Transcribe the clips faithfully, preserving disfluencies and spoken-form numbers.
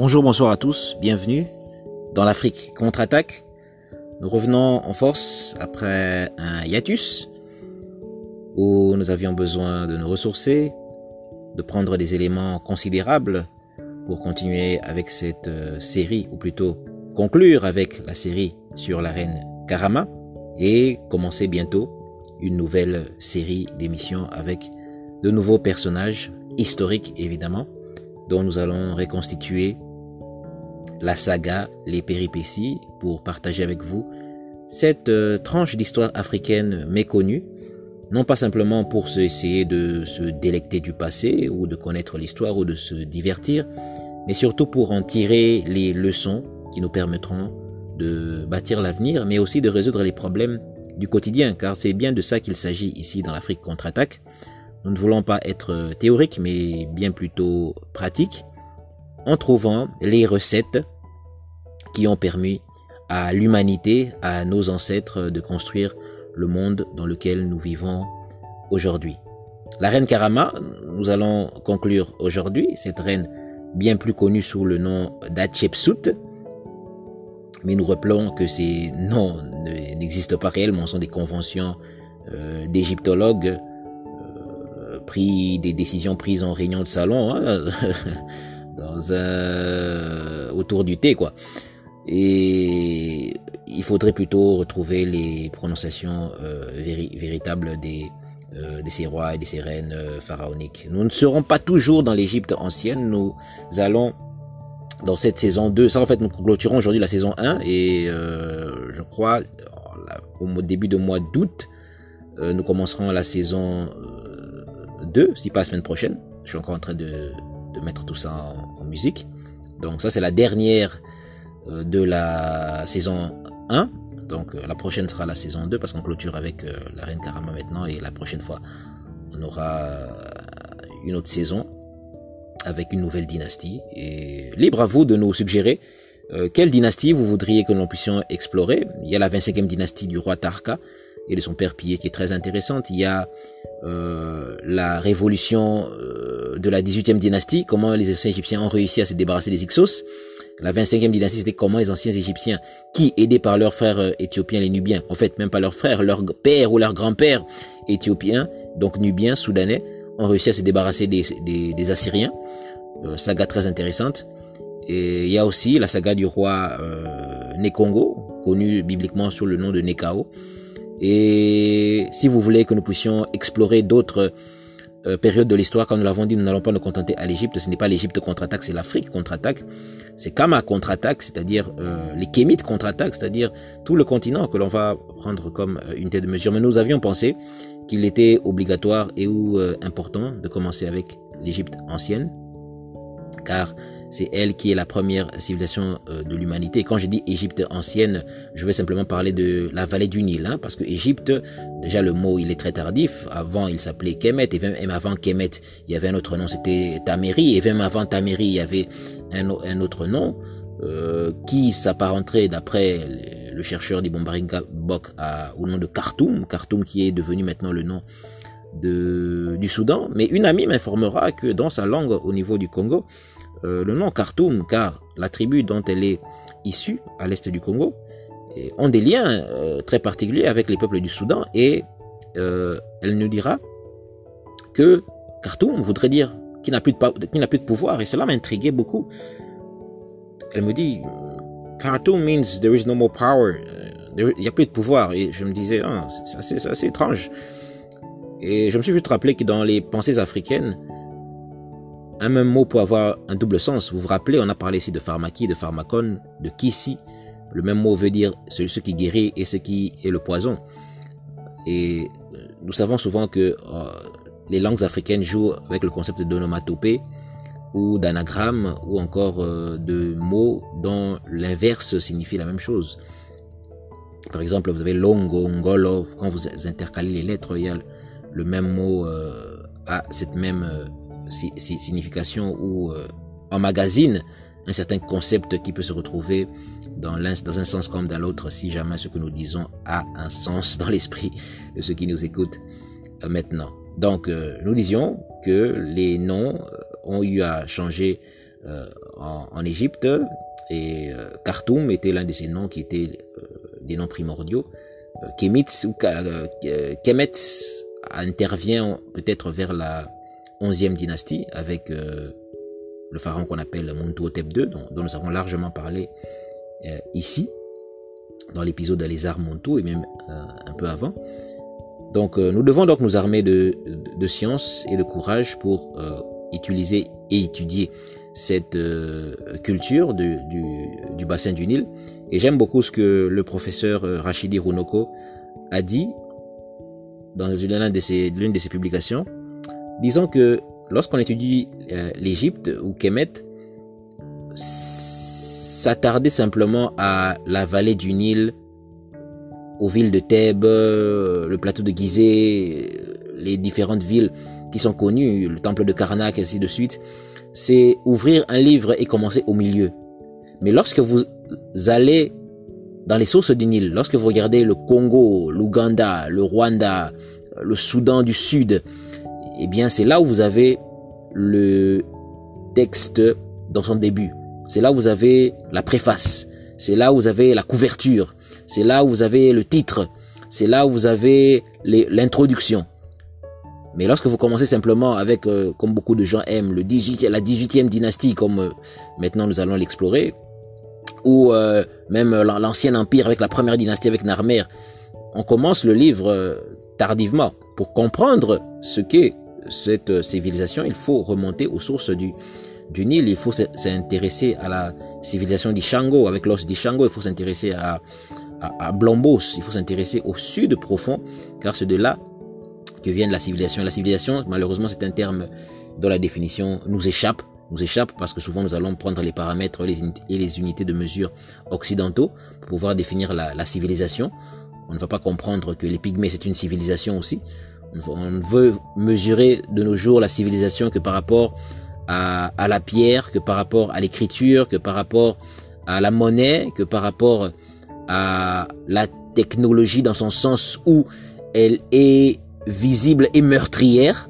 Bonjour, bonsoir à tous, bienvenue dans l'Afrique contre-attaque. Nous revenons en force après un hiatus où nous avions besoin de nous ressourcer, de prendre des éléments considérables pour continuer avec cette série, ou plutôt conclure avec la série sur la reine Karama et commencer bientôt une nouvelle série d'émissions avec de nouveaux personnages historiques évidemment, dont nous allons reconstituer la saga, les péripéties, pour partager avec vous cette euh, tranche d'histoire africaine méconnue, non pas simplement pour se essayer de se délecter du passé ou de connaître l'histoire ou de se divertir, mais surtout pour en tirer les leçons qui nous permettront de bâtir l'avenir, mais aussi de résoudre les problèmes du quotidien, car c'est bien de ça qu'il s'agit ici dans l'Afrique contre-attaque. Nous ne voulons pas être théoriques, mais bien plutôt pratiques, en trouvant les recettes qui ont permis à l'humanité, à nos ancêtres, de construire le monde dans lequel nous vivons aujourd'hui. La reine Karama, nous allons conclure aujourd'hui, cette reine bien plus connue sous le nom d'Hatchepsout, mais nous rappelons que ces noms n'existent pas réellement, ce sont des conventions euh, d'égyptologues, euh, pris des décisions prises en réunion de salon, hein, dans un autour du thé quoi. Et il faudrait plutôt retrouver les prononciations euh, véri véritables des euh, de ces rois et de ces reines euh, pharaoniques. Nous ne serons pas toujours dans l'Égypte ancienne, nous allons dans cette saison deux, ça en fait nous clôturons aujourd'hui la saison un et euh, je crois au début de mois d'août euh, nous commencerons la saison euh, deux, si pas la semaine prochaine. Je suis encore en train de de mettre tout ça en, en musique. Donc ça c'est la dernière euh, de la saison un. Donc euh, la prochaine sera la saison deux parce qu'on clôture avec euh, la reine Karama maintenant et la prochaine fois on aura une autre saison avec une nouvelle dynastie. Et libre à vous de nous suggérer euh, quelle dynastie vous voudriez que nous puissions explorer. Il y a la vingt-cinquième dynastie du roi Tarka et de son père Pillé qui est très intéressante. Il y a euh, la révolution euh, de la dix-huitième dynastie, comment les anciens égyptiens ont réussi à se débarrasser des Hyksos. La vingt-cinquième dynastie, c'était comment les anciens égyptiens, qui aidés par leurs frères euh, éthiopiens, les Nubiens, en fait même pas leurs frères, leur père ou leur grand-père éthiopiens, donc Nubiens, Soudanais, ont réussi à se débarrasser des, des, des Assyriens. Euh, saga très intéressante. Et il y a aussi la saga du roi euh, Nekongo, connu bibliquement sous le nom de Nekao. Et si vous voulez que nous puissions explorer d'autres euh, périodes de l'histoire, comme nous l'avons dit, nous n'allons pas nous contenter à l'Égypte. Ce n'est pas l'Égypte contre-attaque, c'est l'Afrique contre-attaque. C'est Kama contre-attaque, c'est-à-dire euh, les Kémites contre-attaque, c'est-à-dire tout le continent que l'on va prendre comme euh, unité de mesure. Mais nous avions pensé qu'il était obligatoire et ou euh, important de commencer avec l'Égypte ancienne, car c'est elle qui est la première civilisation euh, de l'humanité. Quand je dis Égypte ancienne, je vais simplement parler de la vallée du Nil, hein, parce que Égypte, déjà le mot il est très tardif. Avant il s'appelait Kemet, et même avant Kemet il y avait un autre nom, c'était Taméri, et même avant Taméri il y avait un, un autre nom euh, qui s'apparenterait d'après le chercheur d'Ibon Bok au nom de Khartoum, Khartoum qui est devenu maintenant le nom de, du Soudan. Mais une amie m'informera que dans sa langue au niveau du Congo, Euh, le nom Khartoum, car la tribu dont elle est issue à l'est du Congo et ont des liens euh, très particuliers avec les peuples du Soudan, et euh, elle nous dira que Khartoum voudrait dire qu'il n'a plus de qu'il n'a plus de pouvoir, et cela m'intriguait beaucoup. Elle me dit Khartoum means there is no more power, il n'y a plus de pouvoir, et je me disais ah, c'est assez, c'est assez étrange, et je me suis juste rappelé que dans les pensées africaines, un même mot peut avoir un double sens. Vous vous rappelez, on a parlé ici de pharmakie, de pharmacone, de kissi. Le même mot veut dire ce, ce qui guérit et ce qui est le poison. Et nous savons souvent que euh, les langues africaines jouent avec le concept d'onomatopée ou d'anagramme ou encore euh, de mots dont l'inverse signifie la même chose. Par exemple, vous avez longo, ngolo. Quand vous intercalez les lettres, il y a le même mot euh, à cette même euh, signification ou euh, emmagasine un certain concept qui peut se retrouver dans, dans un sens comme dans l'autre si jamais ce que nous disons a un sens dans l'esprit de ceux qui nous écoutent euh, maintenant. Donc euh, nous disions que les noms ont eu à changer euh, en, en Égypte, et euh, Khartoum était l'un de ces noms qui étaient euh, des noms primordiaux. Euh, Kemet ou euh, Kemet intervient peut-être vers la onzième dynastie avec euh, le pharaon qu'on appelle Mentuhotep deux, dont, dont nous avons largement parlé euh, ici, dans l'épisode Lézard Montou et même euh, un peu avant. Donc euh, nous devons donc nous armer de, de, de science et de courage pour euh, utiliser et étudier cette euh, culture de, du, du bassin du Nil. Et j'aime beaucoup ce que le professeur euh, Rachidi Runoko a dit dans l'une de ses, l'une de ses publications, disant que lorsqu'on étudie euh, l'Égypte ou Kemet, s'attarder simplement à la vallée du Nil, aux villes de Thèbes, le plateau de Gizeh, les différentes villes qui sont connues, le temple de Karnak et ainsi de suite, c'est ouvrir un livre et commencer au milieu. Mais lorsque vous allez dans les sources du Nil, lorsque vous regardez le Congo, l'Ouganda, le Rwanda, le Soudan du Sud, eh bien c'est là où vous avez le texte dans son début. C'est là où vous avez la préface. C'est là où vous avez la couverture. C'est là où vous avez le titre. C'est là où vous avez l'introduction. Mais lorsque vous commencez simplement avec, euh, comme beaucoup de gens aiment, le dix-huitième, la dix-huitième dynastie, comme euh, maintenant nous allons l'explorer, ou euh, même l'ancien empire avec la première dynastie avec Narmer, on commence le livre euh, tardivement. Pour comprendre ce qu'est cette civilisation, il faut remonter aux sources du, du Nil. Il faut s'intéresser à la civilisation d'Ishango, avec l'os d'Ishango. Il faut s'intéresser à, à, à Blombos. Il faut s'intéresser au sud profond, car c'est de là que vient la civilisation. La civilisation, malheureusement, c'est un terme dont la définition nous échappe. nous échappe parce que souvent nous allons prendre les paramètres et les unités de mesure occidentaux pour pouvoir définir la, la civilisation. On ne va pas comprendre que les Pygmées c'est une civilisation aussi. On ne veut mesurer de nos jours la civilisation que par rapport à, à la pierre, que par rapport à l'écriture, que par rapport à la monnaie, que par rapport à la technologie dans son sens où elle est visible et meurtrière.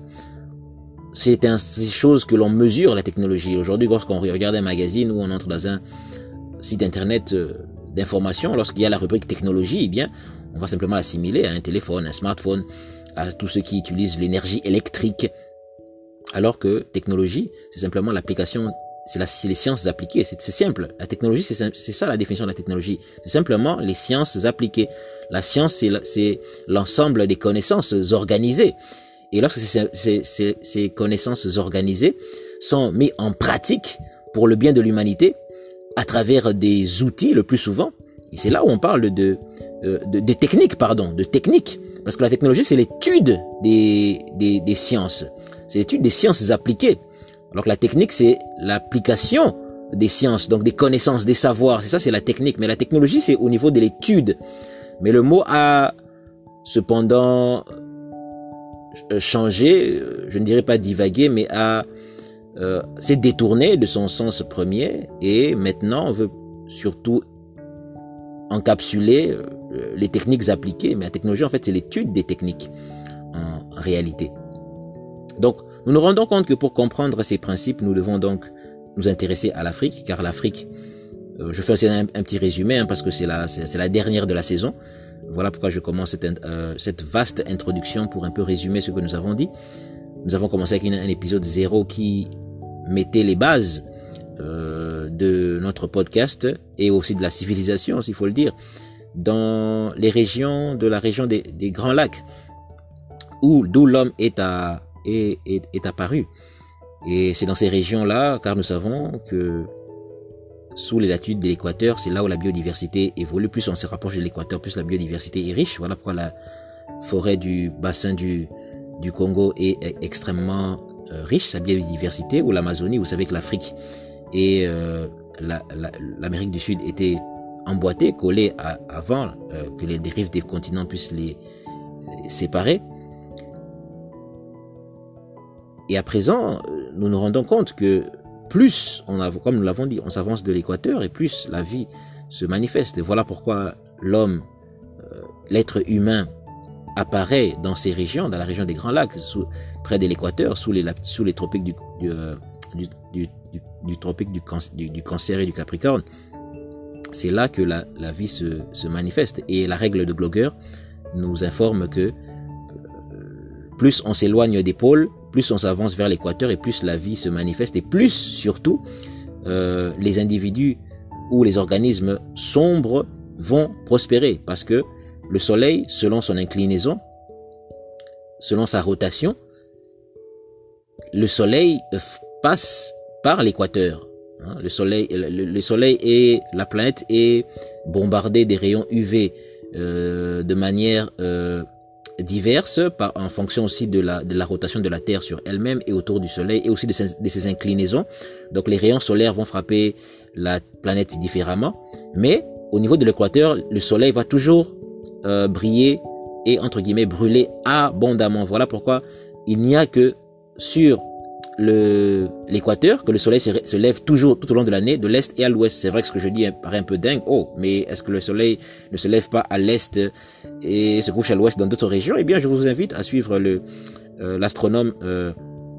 C'est un, ces choses que l'on mesure, la technologie. Aujourd'hui, lorsqu'on regarde un magazine ou on entre dans un site internet d'information, lorsqu'il y a la rubrique technologie, eh bien, on va simplement l'assimiler à un téléphone, un smartphone, à tous ceux qui utilisent l'énergie électrique. Alors que technologie, c'est simplement l'application, c'est la, les sciences appliquées. C'est simple. La technologie, c'est ça la définition de la technologie. C'est simplement les sciences appliquées. La science, c'est l'ensemble des connaissances organisées. Et lorsque ces, ces, ces, ces connaissances organisées sont mises en pratique pour le bien de l'humanité à travers des outils le plus souvent, et c'est là où on parle de, de, de, de technique, pardon, de technique, parce que la technologie c'est l'étude des, des, des sciences, c'est l'étude des sciences appliquées, alors que la technique c'est l'application des sciences, donc des connaissances, des savoirs, c'est ça c'est la technique, mais la technologie c'est au niveau de l'étude, mais le mot a cependant changé, je ne dirais pas divaguer, mais a euh, s'est détourné de son sens premier et maintenant on veut surtout encapsuler euh, les techniques appliquées, mais la technologie en fait c'est l'étude des techniques en réalité. Donc nous nous rendons compte que pour comprendre ces principes, nous devons donc nous intéresser à l'Afrique, car l'Afrique, euh, je fais un, un petit résumé hein, parce que c'est la, c'est la dernière de la saison. Voilà pourquoi je commence cette, euh, cette vaste introduction pour un peu résumer ce que nous avons dit. Nous avons commencé avec une, un épisode zéro qui mettait les bases euh, de notre podcast et aussi de la civilisation, s'il faut le dire, dans les régions de la région des, des Grands Lacs, où d'où l'homme est, à, est, est, est apparu. Et c'est dans ces régions-là, car nous savons que sous les latitudes de l'équateur, c'est là où la biodiversité évolue. Plus on se rapproche de l'équateur, plus la biodiversité est riche. Voilà pourquoi la forêt du bassin du, du Congo est extrêmement euh, riche, sa biodiversité, ou l'Amazonie. Vous savez que l'Afrique et euh, l'Amérique la, du Sud étaient emboîtées, collées à, avant euh, que les dérives des continents puissent les, les séparer. Et à présent, nous nous rendons compte que plus, on a, comme nous l'avons dit, on s'avance de l'équateur et plus la vie se manifeste. Et voilà pourquoi l'homme, euh, l'être humain apparaît dans ces régions, dans la région des Grands Lacs, sous, près de l'équateur, sous les, sous les tropiques du, du, du, du du, du tropique du, can, du, du Cancer et du Capricorne. C'est là que la, la vie se, se manifeste. Et la règle de Glogger nous informe que euh, plus on s'éloigne des pôles, plus on s'avance vers l'équateur et plus la vie se manifeste. Et plus, surtout, euh, les individus ou les organismes sombres vont prospérer. Parce que le Soleil, selon son inclinaison, selon sa rotation, le Soleil passe par l'équateur. Le Soleil, le, le Soleil et la planète est bombardée des rayons U V euh, de manière euh, diverse, par, en fonction aussi de la, de la rotation de la Terre sur elle-même et autour du Soleil, et aussi de ses, de ses inclinaisons. Donc les rayons solaires vont frapper la planète différemment, mais au niveau de l'équateur, le Soleil va toujours euh, briller et entre guillemets brûler abondamment. Voilà pourquoi il n'y a que sur le l'équateur que le soleil se, se lève toujours tout au long de l'année, de l'est et à l'ouest. C'est vrai que ce que je dis paraît un peu dingue. Oh, mais est-ce que le soleil ne se lève pas à l'est et se couche à l'ouest dans d'autres régions? Eh bien, je vous invite à suivre le euh, l'astronome euh,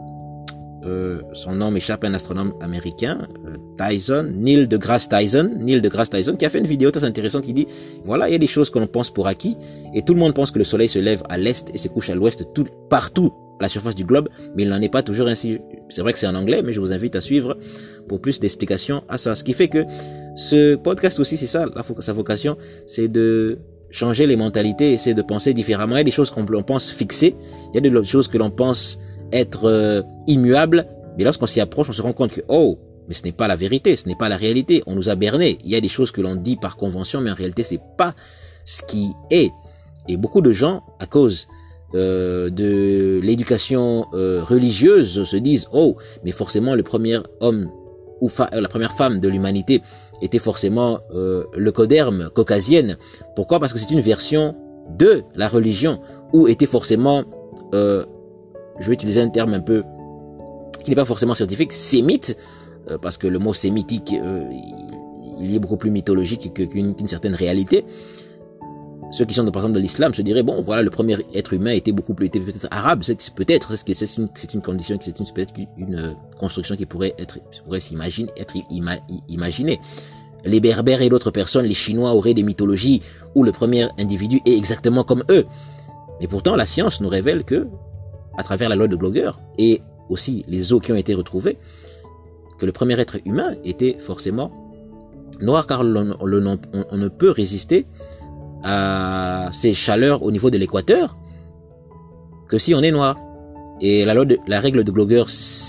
euh, son nom m'échappe, un astronome américain, euh, Tyson, Neil deGrasse Tyson, Neil deGrasse Tyson, qui a fait une vidéo très intéressante qui dit, voilà, il y a des choses que l'on pense pour acquis, et tout le monde pense que le soleil se lève à l'est et se couche à l'ouest tout, partout à la surface du globe, mais il n'en est pas toujours ainsi. C'est vrai que c'est en anglais, mais je vous invite à suivre pour plus d'explications à ça. Ce qui fait que ce podcast aussi, c'est ça, la, sa vocation, c'est de changer les mentalités, c'est de penser différemment. Il y a des choses qu'on pense fixées, il y a des choses que l'on pense être euh, immuables, mais lorsqu'on s'y approche, on se rend compte que, oh, mais ce n'est pas la vérité, ce n'est pas la réalité, on nous a bernés. Il y a des choses que l'on dit par convention, mais en réalité, c'est pas ce qui est. Et beaucoup de gens, à cause euh, de l'éducation euh, religieuse, se disent, oh, mais forcément, le premier homme ou fa la première femme de l'humanité était forcément euh, le coderme caucasienne. Pourquoi? Parce que c'est une version de la religion, où était forcément, euh, je vais utiliser un terme un peu qui n'est pas forcément scientifique, sémite, euh, parce que le mot sémitique, euh, il est beaucoup plus mythologique qu'une qu'une certaine réalité. Ceux qui sont par exemple de l'islam se diraient, bon, voilà, le premier être humain était beaucoup plus, était peut-être arabe, c'est peut-être, c'est une, c'est une condition, c'est une, peut-être une construction qui pourrait être, pourrait s'imaginer, être ima, imaginée. Les berbères et d'autres personnes, les chinois auraient des mythologies où le premier individu est exactement comme eux. Mais pourtant, la science nous révèle que, à travers la loi de Glogger et aussi les os qui ont été retrouvés, que le premier être humain était forcément noir, car on, on, on ne peut résister à ces chaleurs au niveau de l'équateur que si on est noir. Et la loi de, la règle de Glogger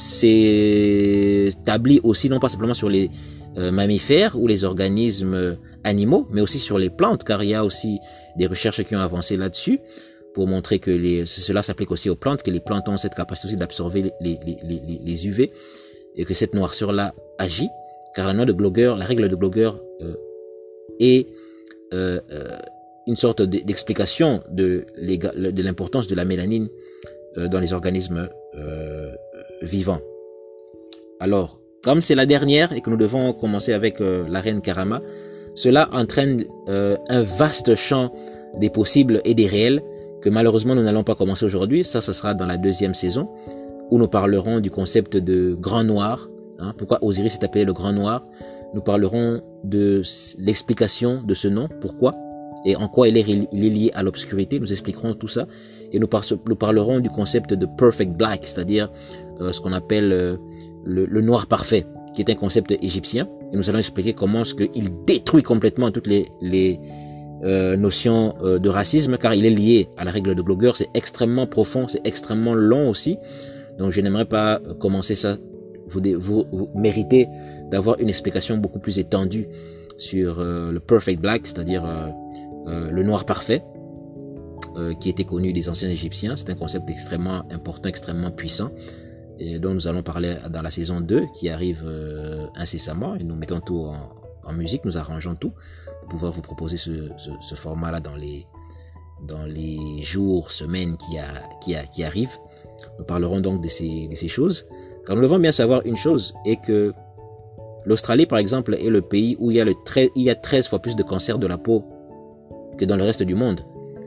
s'établit aussi non pas simplement sur les euh, mammifères ou les organismes animaux, mais aussi sur les plantes, car il y a aussi des recherches qui ont avancé là-dessus pour montrer que les, cela s'applique aussi aux plantes, que les plantes ont cette capacité aussi d'absorber les, les, les, les U V et que cette noirceur-là agit, car la loi de Glogger, la règle de Glogger euh, est euh, euh, une sorte d'explication de, de l'importance de la mélanine euh, dans les organismes euh, vivants. Alors, comme c'est la dernière et que nous devons commencer avec euh, la reine Karama, cela entraîne euh, un vaste champ des possibles et des réels que malheureusement nous n'allons pas commencer aujourd'hui. Ça, ça sera dans la deuxième saison où nous parlerons du concept de grand noir. Hein, pourquoi Osiris est appelé le grand noir? Nous parlerons de l'explication de ce nom, pourquoi et en quoi il est, il est lié à l'obscurité. Nous expliquerons tout ça et nous, par, nous parlerons du concept de perfect black, c'est-à-dire euh, ce qu'on appelle euh, le, le noir parfait, qui est un concept égyptien. Et nous allons expliquer comment ce qu'il détruit complètement toutes les, les euh, notions euh, de racisme, car il est lié à la règle de Glogger. C'est extrêmement profond, c'est extrêmement long aussi. Donc je n'aimerais pas commencer ça. Vous, vous, vous méritez d'avoir une explication beaucoup plus étendue sur euh, le perfect black, c'est-à-dire euh, euh, le noir parfait, euh, qui était connu des anciens Égyptiens. C'est un concept extrêmement important, extrêmement puissant, et dont nous allons parler dans la saison deux, qui arrive euh, incessamment, et nous mettons tout en, en musique, nous arrangeons tout, pour pouvoir vous proposer ce, ce, ce format-là dans les, dans les jours, semaines qui, a, qui, a, qui arrivent. Nous parlerons donc de ces, de ces choses, car nous devons bien savoir une chose, et que l'Australie, par exemple, est le pays où il y a, le treize, il y a treize fois plus de cancers de la peau que dans le reste du monde.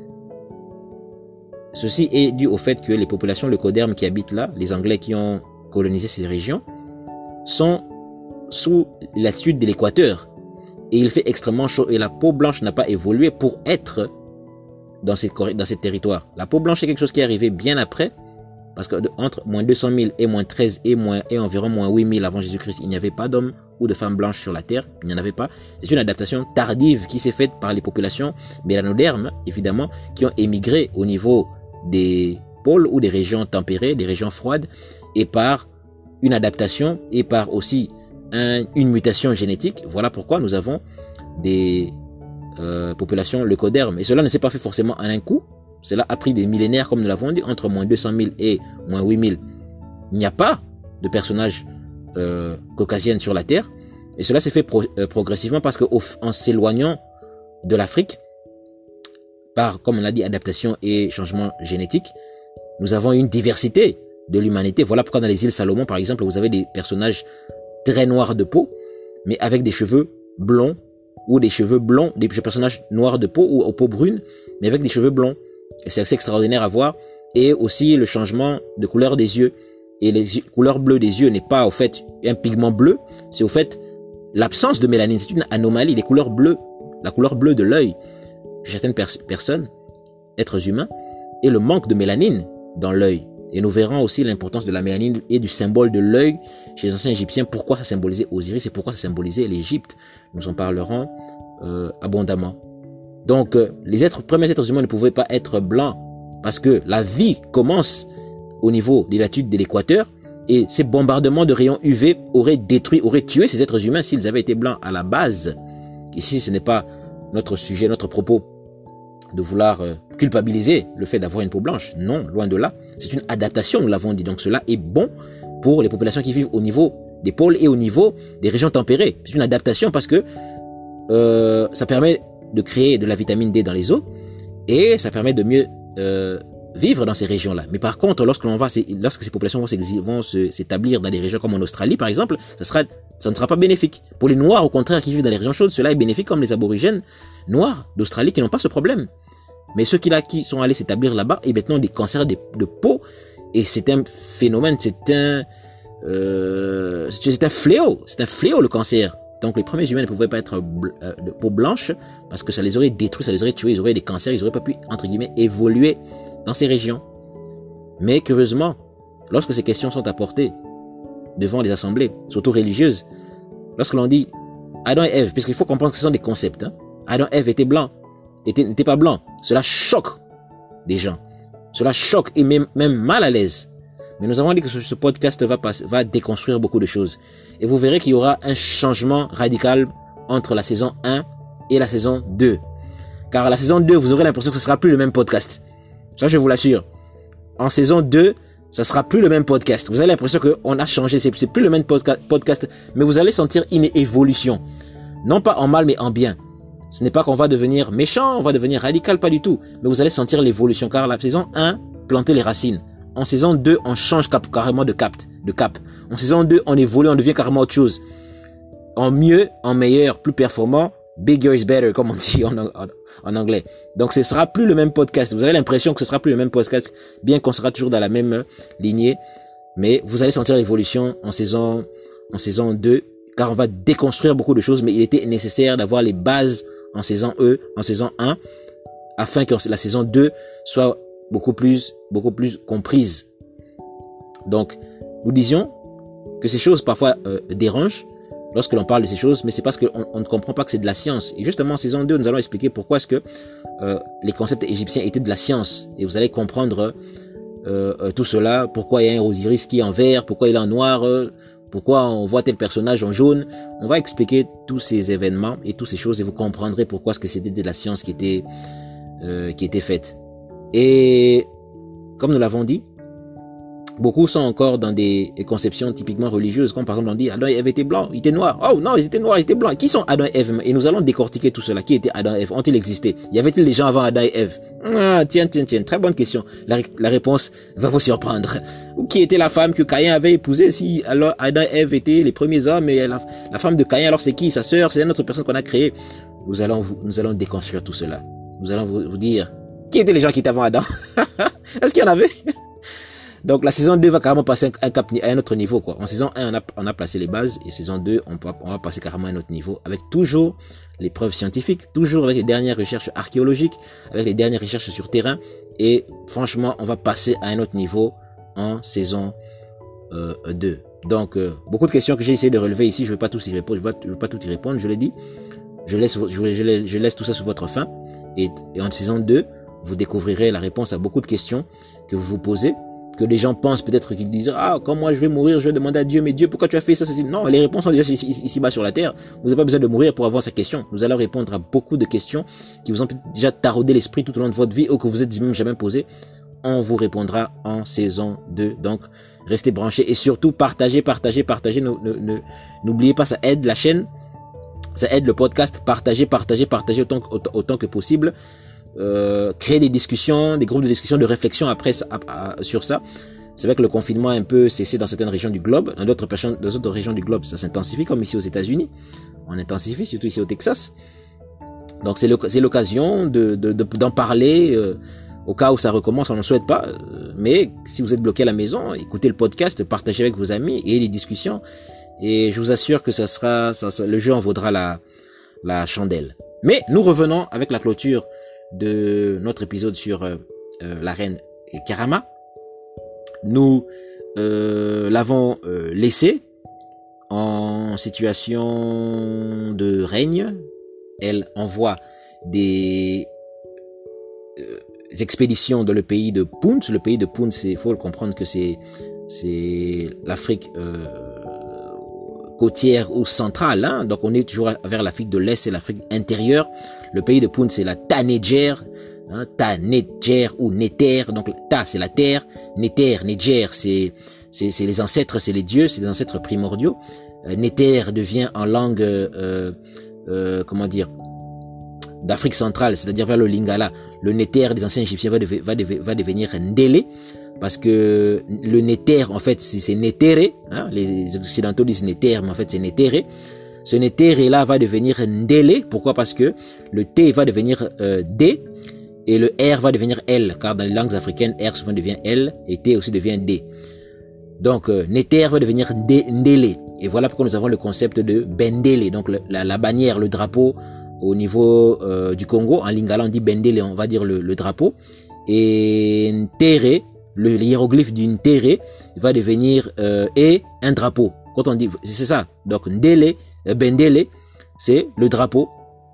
Ceci est dû au fait que les populations leucodermes qui habitent là, les Anglais qui ont colonisé ces régions, sont sous l'attitude de l'équateur. Et il fait extrêmement chaud et la peau blanche n'a pas évolué pour être dans cette, dans cette territoire. La peau blanche est quelque chose qui est arrivé bien après, parce que entre moins deux cent mille et moins treize et, moins, et environ moins huit mille avant Jésus-Christ, il n'y avait pas d'hommes ou de femmes blanches sur la terre. Il n'y en avait pas. C'est une adaptation tardive qui s'est faite par les populations mélanodermes, évidemment, qui ont émigré au niveau des pôles ou des régions tempérées, des régions froides, et par une adaptation et par aussi un, une mutation génétique. Voilà pourquoi nous avons des euh, populations leucodermes. Et cela ne s'est pas fait forcément en un coup. Cela a pris des millénaires, comme nous l'avons dit, entre moins deux cent mille et moins huit mille. Il n'y a pas de personnages euh, caucasiennes sur la Terre. Et cela s'est fait pro euh, progressivement parce qu'en s'éloignant de l'Afrique, par, comme on l'a dit, adaptation et changement génétique, nous avons une diversité de l'humanité. Voilà pourquoi dans les îles Salomon, par exemple, vous avez des personnages très noirs de peau, mais avec des cheveux blonds, ou des cheveux blonds, des personnages noirs de peau ou aux peaux brunes, mais avec des cheveux blonds. Et c'est assez extraordinaire à voir. Et aussi le changement de couleur des yeux. Et les couleurs bleues des yeux n'est pas au fait un pigment bleu, c'est au fait l'absence de mélanine. C'est une anomalie. Les couleurs bleues, la couleur bleue de l'œil chez certaines pers personnes, êtres humains, et le manque de mélanine dans l'œil. Et nous verrons aussi l'importance de la mélanine et du symbole de l'œil chez les anciens Égyptiens. Pourquoi ça symbolisait Osiris et pourquoi ça symbolisait l'Égypte. Nous en parlerons euh, abondamment. Donc, euh, les êtres, premiers êtres humains ne pouvaient pas être blancs parce que la vie commence au niveau des latitudes de l'équateur et ces bombardements de rayons U V auraient détruit, auraient tué ces êtres humains s'ils avaient été blancs à la base. Ici, ce n'est pas notre sujet, notre propos de vouloir euh, culpabiliser le fait d'avoir une peau blanche. Non, loin de là. C'est une adaptation, nous l'avons dit. Donc, cela est bon pour les populations qui vivent au niveau des pôles et au niveau des régions tempérées. C'est une adaptation parce que euh, ça permet de créer de la vitamine D dans les os et ça permet de mieux euh, vivre dans ces régions-là. Mais par contre, lorsque l'on va, lorsque ces populations vont s'établir dans des régions comme en Australie, par exemple, ça sera, ça ne sera pas bénéfique. Pour les Noirs, au contraire, qui vivent dans les régions chaudes, cela est bénéfique, comme les aborigènes noirs d'Australie qui n'ont pas ce problème. Mais ceux qui, là, qui sont allés s'établir là-bas, et maintenant des cancers de, de peau, et c'est un phénomène, c'est un, euh, c'est un fléau, c'est un fléau le cancer. Donc les premiers humains ne pouvaient pas être euh, de peau blanche parce que ça les aurait détruits, ça les aurait tués, ils auraient des cancers, ils n'auraient pas pu, entre guillemets, évoluer dans ces régions. Mais curieusement, lorsque ces questions sont apportées devant les assemblées, surtout religieuses, lorsque l'on dit Adam et Ève, puisqu'il faut comprendre que ce sont des concepts, hein, Adam et Ève étaient blancs, n'étaient pas blancs, cela choque des gens, cela choque et même, même mal à l'aise. Mais nous avons dit que ce podcast va, passer, va déconstruire beaucoup de choses. Et vous verrez qu'il y aura un changement radical entre la saison un et la saison deux. Car à la saison deux, vous aurez l'impression que ce sera plus le même podcast. Ça, je vous l'assure. En saison deux, ça sera plus le même podcast. Vous avez l'impression qu'on a changé. C'est plus le même podcast. Mais vous allez sentir une évolution. Non pas en mal, mais en bien. Ce n'est pas qu'on va devenir méchant, on va devenir radical, pas du tout. Mais vous allez sentir l'évolution. Car la saison un, planter les racines. En saison deux, on change cap, carrément de cap, de cap. En saison deux, on évolue, on devient carrément autre chose. En mieux, en meilleur, plus performant, bigger is better, comme on dit en, en, en anglais. Donc, ce sera plus le même podcast. Vous avez l'impression que ce sera plus le même podcast, bien qu'on sera toujours dans la même lignée. Mais vous allez sentir l'évolution en saison, en saison deux, car on va déconstruire beaucoup de choses, mais il était nécessaire d'avoir les bases en saison E, en saison un, afin que la saison deux soit beaucoup plus, beaucoup plus comprise. Donc, nous disions que ces choses parfois euh, dérangent lorsque l'on parle de ces choses, mais c'est parce qu'on on ne comprend pas que c'est de la science. Et justement, en saison deux, nous allons expliquer pourquoi est-ce que euh, les concepts égyptiens étaient de la science. Et vous allez comprendre euh, euh, tout cela, pourquoi il y a un Osiris qui est en vert, pourquoi il est en noir, euh, pourquoi on voit tel personnage en jaune. On va expliquer tous ces événements et toutes ces choses et vous comprendrez pourquoi est-ce que c'était de la science qui était, euh, qui était faite. Et comme nous l'avons dit, beaucoup sont encore dans des conceptions typiquement religieuses, comme par exemple on dit Adam et Ève étaient blancs, ils étaient noirs. Oh non, ils étaient noirs, ils étaient blancs. Qui sont Adam et Ève? Et nous allons décortiquer tout cela. Qui étaient Adam et Ève? Ont-ils existé? Y avait-il des gens avant Adam et Ève? Ah, tiens, tiens, tiens, très bonne question. La, la réponse va vous surprendre. Ou qui était la femme que Caïn avait épousée? Si alors Adam et Ève étaient les premiers hommes, et la, la femme de Caïn, alors c'est qui? Sa sœur? C'est une autre personne qu'on a créée. Nous allons, nous allons déconstruire tout cela. Nous allons vous, vous dire qui étaient les gens qui étaient avant Adam? Est-ce qu'il y en avait? Donc la saison deux va carrément passer un cap à un autre niveau, quoi. En saison un, on a, on a placé les bases, et saison deux, on, peut, on va passer carrément à un autre niveau, avec toujours les preuves scientifiques, toujours avec les dernières recherches archéologiques, avec les dernières recherches sur terrain, et franchement, on va passer à un autre niveau en saison euh, deux. Donc, euh, beaucoup de questions que j'ai essayé de relever ici, je ne vais pas tous y répondre, je ne vais pas tout y répondre, je l'ai dit. Je laisse, je, je, je laisse tout ça sous votre faim. Et, et en saison deux, vous découvrirez la réponse à beaucoup de questions que vous vous posez, que les gens pensent peut-être qu'ils disent « Ah, quand moi je vais mourir, je vais demander à Dieu, mais Dieu, pourquoi tu as fait ça, ceci ?» Non, les réponses sont déjà ici, ici bas sur la terre. Vous n'avez pas besoin de mourir pour avoir ces questions. Nous allons répondre à beaucoup de questions qui vous ont déjà taraudé l'esprit tout au long de votre vie ou que vous êtes même jamais posé. On vous répondra en saison deux. Donc, restez branchés et surtout partagez, partagez, partagez. N'oubliez pas, ça aide la chaîne. Ça aide le podcast, partagez, partagez, partagez autant, autant, autant que possible. Euh, créer des discussions, des groupes de discussion, de réflexion après à, à, sur ça. C'est vrai que le confinement a un peu cessé dans certaines régions du globe. Dans d'autres dans d'autres régions du globe, ça s'intensifie, comme ici aux États-Unis. On intensifie, surtout ici au Texas. Donc c'est l'occasion de, de, de, d'en parler euh, au cas où ça recommence, on ne souhaite pas. Euh, mais si vous êtes bloqué à la maison, écoutez le podcast, partagez avec vos amis et les discussions. Et je vous assure que ça sera, ça, ça, le jeu en vaudra la, la chandelle. Mais nous revenons avec la clôture de notre épisode sur euh, euh, la reine Karama. Nous euh, l'avons euh, laissée en situation de règne. Elle envoie des euh, expéditions dans le pays de Punt. Le pays de Punt, c'est, faut le comprendre que c'est c'est l'Afrique euh, côtière ou centrale, hein. Donc on est toujours vers l'Afrique de l'Est et l'Afrique intérieure. Le pays de Punt, c'est la Tanéger, hein, Tanéger ou Néter. Donc Ta, c'est la terre, Néter, Néger, c'est c'est c'est les ancêtres, c'est les dieux, c'est les ancêtres primordiaux. Euh, Néter devient en langue euh, euh, comment dire, d'Afrique centrale, c'est-à-dire vers le Lingala. Le Néter des anciens Égyptiens va, deve, va, deve, va devenir Ndélé, parce que le Néter, en fait, c'est Nétéré, hein, les occidentaux disent Néter, mais en fait c'est Nétéré. Ce Nétéré-là va devenir Ndélé, pourquoi? Parce que le T va devenir euh, D, et le R va devenir L, car dans les langues africaines, R souvent devient L, et T aussi devient D. Donc, euh, Néter va devenir Ndélé, et voilà pourquoi nous avons le concept de Bendélé, donc le, la, la bannière, le drapeau, au niveau euh, du Congo, en Lingala on dit Bendélé, on va dire le, le drapeau, et Ntéré, le hiéroglyphe d'une terre va devenir euh, et un drapeau. Quand on dit, c'est ça. Donc Ndélé, euh, Bendélé, c'est le drapeau.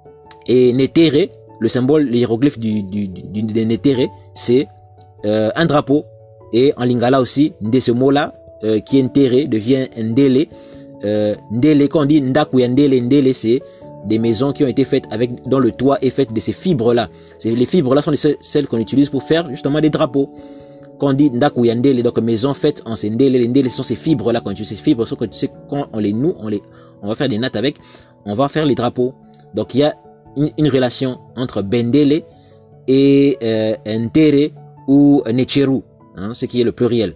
Et Nétéré, le symbole, le hiéroglyphe du, du, du, du Nétéré, c'est euh, un drapeau. Et en Lingala aussi, Ndé, ce mot-là, euh, qui est Ntéré, devient Ndélé. Euh, Ndélé, quand on dit Ndakuya Ndélé, Ndélé, c'est des maisons qui ont été faites avec, dont le toit est fait de ces fibres-là. Les fibres-là sont les, celles qu'on utilise pour faire justement des drapeaux. Quand on dit Ndakuya Ndélé, donc maison faite en Ndélé, les Ndélé sont ces fibres-là, quand tu sais, ces fibres sont que tu sais, quand on les noue, on les, on va faire des nattes avec, on va faire les drapeaux. Donc il y a une, une relation entre Bendélé et euh, Ntéré ou Nécheru, hein, ce qui est le pluriel.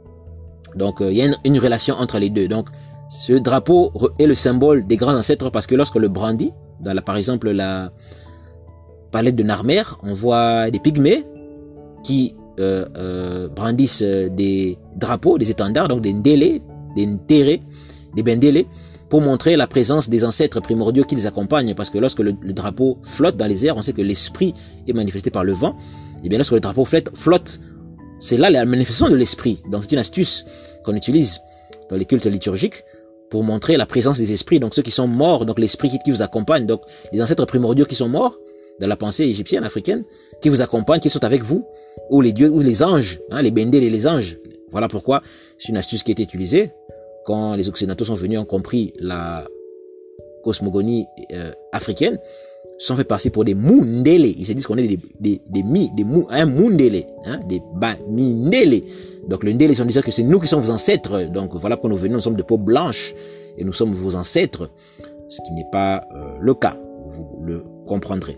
Donc euh, il y a une, une relation entre les deux. Donc ce drapeau est le symbole des grands ancêtres parce que lorsque le brandit, dans la, par exemple la palette de Narmer, on voit des pygmées qui Euh, euh, brandissent euh, des drapeaux, des étendards, donc des ndélé, des ntéré, des bendélé, pour montrer la présence des ancêtres primordiaux qui les accompagnent, parce que lorsque le, le drapeau flotte dans les airs, on sait que l'esprit est manifesté par le vent, et bien lorsque le drapeau flotte, flotte c'est là la manifestation de l'esprit. Donc c'est une astuce qu'on utilise dans les cultes liturgiques pour montrer la présence des esprits, donc ceux qui sont morts, donc l'esprit qui, qui vous accompagne, donc les ancêtres primordiaux qui sont morts dans la pensée égyptienne, africaine, qui vous accompagnent, qui sont avec vous, ou les dieux, ou les anges, hein, les bendés et les anges. Voilà pourquoi c'est une astuce qui a été utilisée quand les occidentaux sont venus, ont compris la cosmogonie euh, africaine, sont fait passer pour des mundélé. Ils se disent qu'on est des des des mi, des mou, un mundélé, hein, des bamindélé. Donc le ndélé, ils sont disant que c'est nous qui sommes vos ancêtres. Donc voilà pourquoi nous venons, nous sommes de peau blanche et nous sommes vos ancêtres, ce qui n'est pas euh, le cas. Vous le comprendrez.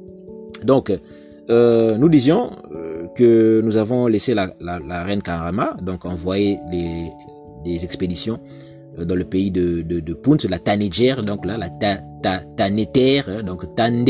Donc euh, nous disions euh, que nous avons laissé la, la, la reine Karama, donc envoyer des, des expéditions euh, dans le pays de, de, de Punt, la Tanéger, donc là, la ta, ta, Tanéter, hein, donc Tandélé,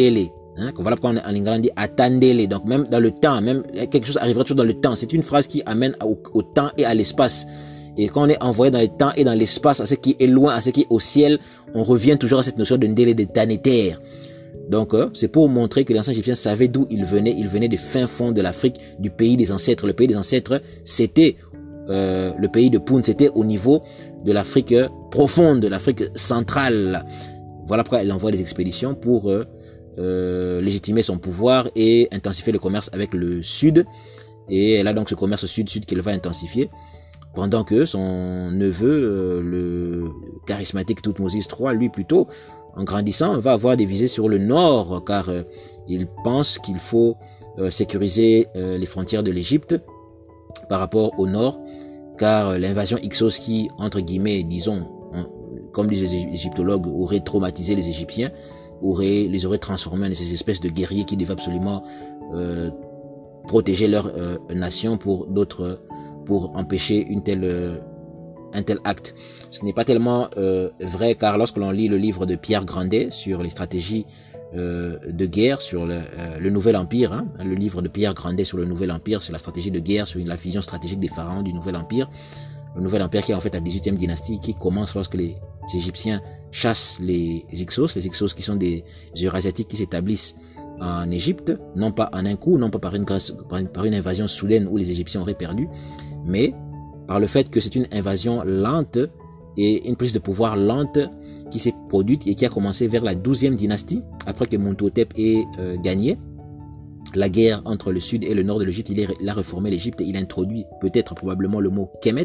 Hein, voilà pourquoi en lingala on dit attendez-les. Donc même dans le temps, même quelque chose arrivera toujours dans le temps. C'est une phrase qui amène au, au temps et à l'espace. Et quand on est envoyé dans le temps et dans l'espace, à ce qui est loin, à ce qui est au ciel, on revient toujours à cette notion de ndélé, de tanétaire. Donc euh, c'est pour montrer que les anciens Égyptiens savaient d'où ils venaient. Ils venaient des fins fonds de l'Afrique, du pays des ancêtres. Le pays des ancêtres, c'était euh, le pays de Poun, c'était au niveau de l'Afrique profonde, de l'Afrique centrale. Voilà pourquoi elle envoie des expéditions pour euh, euh, légitimer son pouvoir et intensifier le commerce avec le sud. Et elle a donc ce commerce sud-sud qu'elle va intensifier. Pendant que son neveu, euh, le charismatique Thoutmôsis trois, lui plutôt, en grandissant, va avoir des visées sur le nord, car euh, il pense qu'il faut euh, sécuriser euh, les frontières de l'Égypte par rapport au nord, car euh, l'invasion Hyksos qui, entre guillemets, disons, hein, comme disent les égyptologues, aurait traumatisé les Égyptiens, aurait, les aurait transformés en ces espèces de guerriers qui devaient absolument euh, protéger leur euh, nation pour d'autres pour empêcher une telle, euh, un tel acte. Ce qui n'est pas tellement euh, vrai, car lorsque l'on lit le livre de Pierre Grandet sur les stratégies euh, de guerre, sur le, euh, le Nouvel Empire, hein, le livre de Pierre Grandet sur le Nouvel Empire, sur la stratégie de guerre, sur la vision stratégique des pharaons du Nouvel Empire, le Nouvel Empire qui est en fait la dix-huitième dynastie, qui commence lorsque les Égyptiens chassent les Hyksos, les Hyksos qui sont des Eurasiatiques qui s'établissent en Égypte, non pas en un coup, non pas par une, par une, par une invasion soudaine où les Égyptiens auraient perdu, mais par le fait que c'est une invasion lente et une prise de pouvoir lente qui s'est produite et qui a commencé vers la douzième dynastie, après que Montotep ait euh, gagné la guerre entre le sud et le nord de l'Égypte. Il, il a réformé l'Égypte, il a introduit peut-être probablement le mot Kemet,